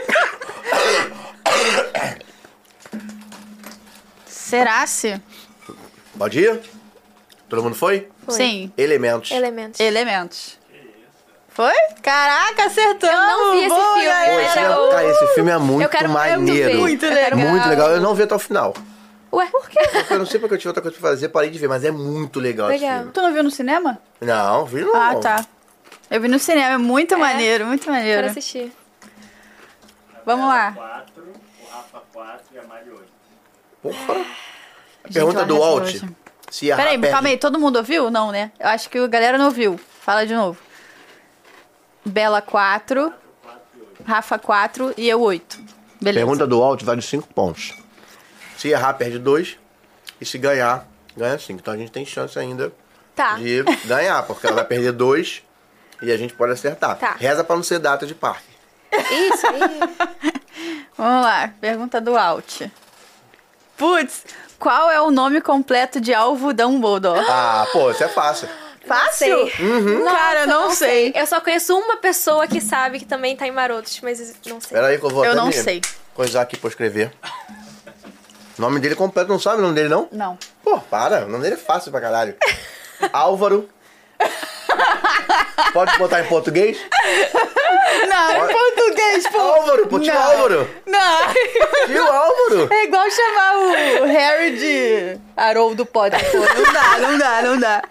Será-se? Pode ir? Todo mundo foi? Foi. Sim. Elementos. Elementos. Elementos. Foi? Caraca, acertamos! Eu não vi esse Boa, filme, galera. Pô, esse, Eu- cara, esse filme é muito eu quero muito maneiro. ver. Muito Eu quero legal. Muito legal. Eu não vi até o final. Ué, por quê? Eu não sei porque eu tive outra coisa pra fazer, parei de ver, mas é muito legal, esse Legal. filme. Tu não viu no cinema? Não, vi não. Ah, tá. Eu vi no cinema, é muito maneiro, muito Quero maneiro. assistir. Vamos lá. 4, o Rafa 4 e a Mari 8. Porra. A pergunta eu do arreso Walt. hoje. Se a Peraí, Raper- calma aí, todo mundo ouviu? Não, né? Eu acho que a galera não ouviu. Fala de novo. Bela 4, Rafa 4 e eu 8. Beleza. Pergunta do Walt vale 5 pontos. Se errar, perde 2. E se ganhar, ganha 5. Então a gente tem chance ainda Tá. de ganhar, porque ela vai perder 2 e a gente pode acertar. Tá. Reza pra não ser data de parque. Isso, aí. Vamos lá, pergunta do Alt. Putz, qual é o nome completo de Alvo Dumbledore? Ah, pô, isso é fácil. Fácil? Cara, Nossa, não sei. Eu só conheço uma pessoa que sabe que também tá em Marotos, mas não sei. Espera aí que eu vou Eu até não me sei. coisar aqui pra eu escrever. O nome dele completo, não sabe o nome dele, não? Não. Pô, para, o nome dele é fácil pra caralho. Álvaro. Pode botar em português? Não, em português, pô. Álvaro, pô, tio Álvaro. Não. Tio Álvaro. É igual chamar o Harry de Haroldo Potter, pô. Não dá.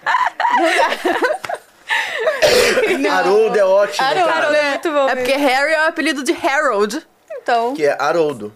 Haroldo é ótimo, Haroldo, cara. né? Muito bom É porque Harry é o apelido de Harold. Então... Que é Haroldo.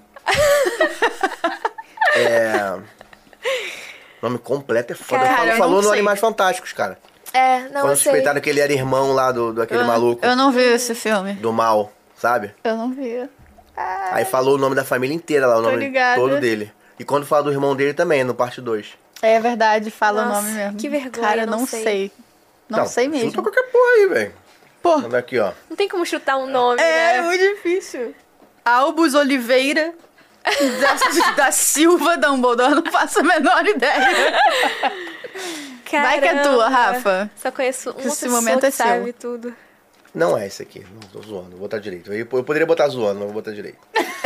Nome completo é foda. Cara, eu Falou não no sei. Animais Fantásticos, cara. Não, Quando eu sei. suspeitaram que ele era irmão lá daquele maluco. Eu não vi esse filme. Do mal, sabe? Eu não vi. Aí falou o nome da família inteira lá, o nome ligada. todo dele. E quando fala do irmão dele também, no parte 2. É verdade, fala Nossa, o nome mesmo. que vergonha, Cara, não não sei. sei. Não sei mesmo. Chuta qualquer porra aí, velho. Pô, Manda aqui, ó. Não tem como chutar um nome, é né? muito difícil. Albus Oliveira da Silva Dumbledore, não faço a menor ideia. Vai que é tua, Rafa. Só conheço uma Esse pessoa momento que é seu. sabe tudo. Não é esse aqui. Não, tô zoando. Vou botar direito. Eu poderia botar zoando, mas vou botar direito.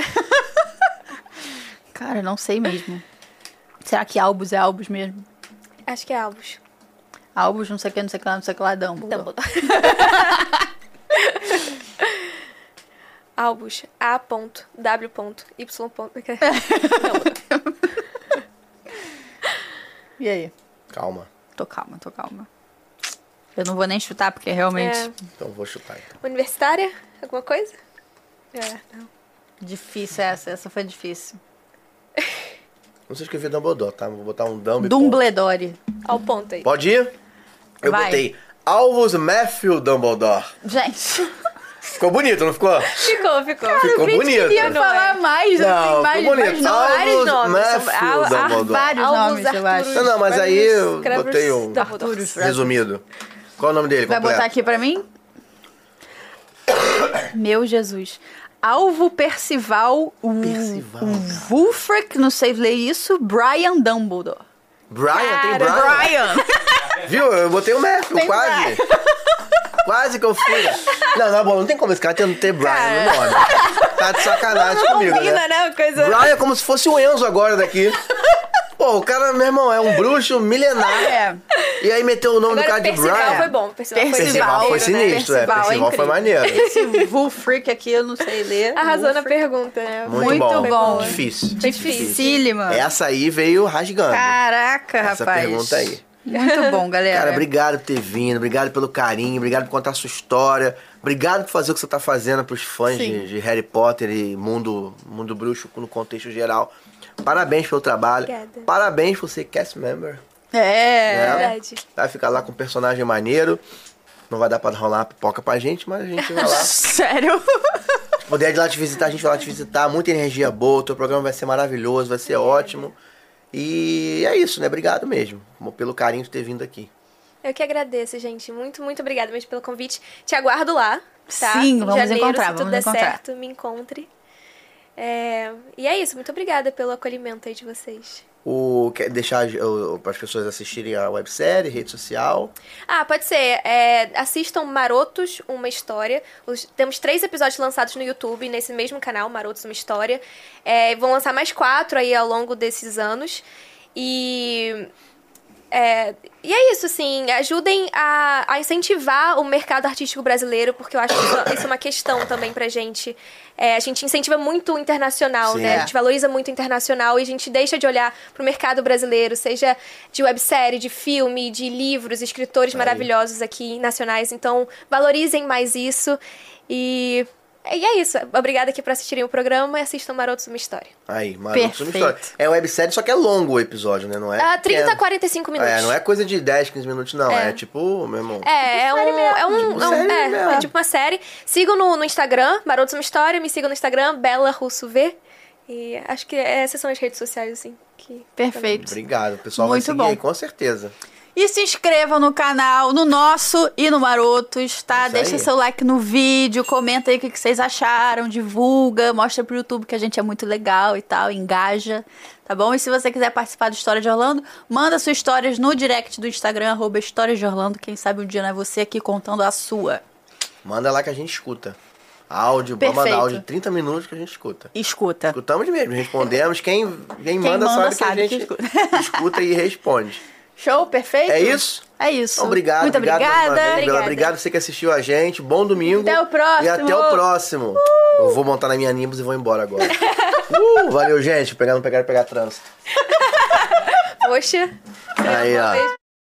Cara, não sei mesmo. Será que Albus é Albus mesmo? Acho que é Albus. Albus, não sei o que, não sei o que lá, não sei o que lá, Dumbledore. Albus. A.W.Y. E aí? Calma. Tô calma. Eu não vou nem chutar, porque realmente... Então vou chutar. Então. Universitária? Alguma coisa? Não. Difícil essa foi difícil. Não sei escrever Dumbledore, tá? Vou botar um Dumbledore. Dumbledore. Ao ponto aí. Pode ir? Eu Vai. botei Albus Matthew Dumbledore. Gente, Ficou bonito, não ficou? Ficou. Ficou bonito. queria Não falar é. mais, Não, assim, ficou bonito. mais nomes. vários Albus nomes. Matthew Dumbledore. Vários Albus nomes, eu acho. Não, mas aí eu Scrabbles botei um Dumbledore. resumido. Qual é o nome dele Vai completo? botar aqui pra mim? Meu Jesus. Alvo Percival Wulfric, não sei ler isso, Brian Dumbledore. Brian, tem Cara, Brian. Viu? Eu botei o Matthew, Tem quase. Quase que eu fui. Não, bom, não tem como esse cara ter Brian no nome. Tá de sacanagem comigo, Combina, né? né? Coisa... Brian é como se fosse o Enzo agora daqui. Pô, o cara, meu irmão, é um bruxo milenar. É. E aí meteu o nome Agora, do cara de Percival Brian. foi bom. Percival Percival foi maneiro, sinistro, né? é. Percival foi maneiro. Esse Wulfric aqui eu não sei ler. Arrasou na Wulfric. pergunta, né? Muito bom. Difícil. Dificílima. Essa aí veio rasgando. Caraca, Essa rapaz. pergunta aí. Muito bom, galera. Cara, obrigado por ter vindo, obrigado pelo carinho, obrigado por contar a sua história, obrigado por fazer o que você tá fazendo pros fãs de Harry Potter e mundo bruxo no contexto geral. Parabéns pelo trabalho. Obrigada. Parabéns por ser cast member. É. Verdade. Vai ficar lá com um personagem maneiro. Não vai dar pra rolar uma pipoca pra gente, mas a gente vai lá. Sério? Se puder ir lá te visitar, a gente vai lá te visitar. Muita energia boa, o teu programa vai ser maravilhoso, vai ser ótimo. E é isso, né? Obrigado mesmo pelo carinho de ter vindo aqui. Eu que agradeço, gente. Muito, muito obrigada mesmo pelo convite. Te aguardo lá, tá? Sim, Em vamos janeiro, encontrar, se tudo vamos der encontrar. certo, me encontre. E é isso. Muito obrigada pelo acolhimento aí de vocês. Quer deixar para as pessoas assistirem a websérie, rede social? Pode ser. Assistam Marotos, Uma História. Temos 3 episódios lançados no YouTube, nesse mesmo canal, Marotos, Uma História. Vão lançar mais 4 aí ao longo desses anos. E é isso, assim, ajudem a incentivar o mercado artístico brasileiro, porque eu acho que isso é uma questão também pra gente. A gente incentiva muito o internacional, Sim. né? A gente valoriza muito o internacional e a gente deixa de olhar pro mercado brasileiro, seja de websérie, de filme, de livros, escritores maravilhosos aqui, nacionais. Então, valorizem mais isso e é isso. Obrigada aqui por assistirem o programa e assistam Marotos, Uma História. Aí, Marotos, Uma Perfeito. História. É websérie, só que é longo o episódio, né? Não é 30 a pequeno. 45 minutos. Não é coisa de 10, 15 minutos, não. É tipo, meu irmão. É tipo uma série. Sigam no Instagram, Marotos Uma História. Me sigam no Instagram, Bela Russo V. E acho que essas são as redes sociais, assim. Perfeito. Obrigado. O pessoal Muito vai seguir bom. aí, com certeza. E se inscrevam no canal, no nosso e no Marotos, tá? Isso Deixa aí. seu like no vídeo, comenta aí o que vocês acharam, divulga, mostra pro YouTube que a gente é muito legal e tal, engaja, tá bom? E se você quiser participar do História de Orlando, manda suas histórias no direct do Instagram, @Histórias de Orlando, quem sabe um dia não é você aqui contando a sua. Manda lá que a gente escuta. Áudio, vamos Perfeito. mandar áudio de 30 minutos que a gente escuta. Escuta. Escutamos mesmo, respondemos. Quem manda sabe que a gente escuta. escuta e responde. Show, perfeito? É isso? É isso. Obrigado. Muito obrigada. Obrigado você que assistiu a gente. Bom domingo. Até o próximo. E até o próximo. Eu vou montar na minha Nimbus e vou embora agora. Valeu, gente. Pegar trânsito. Poxa. Aí, ó.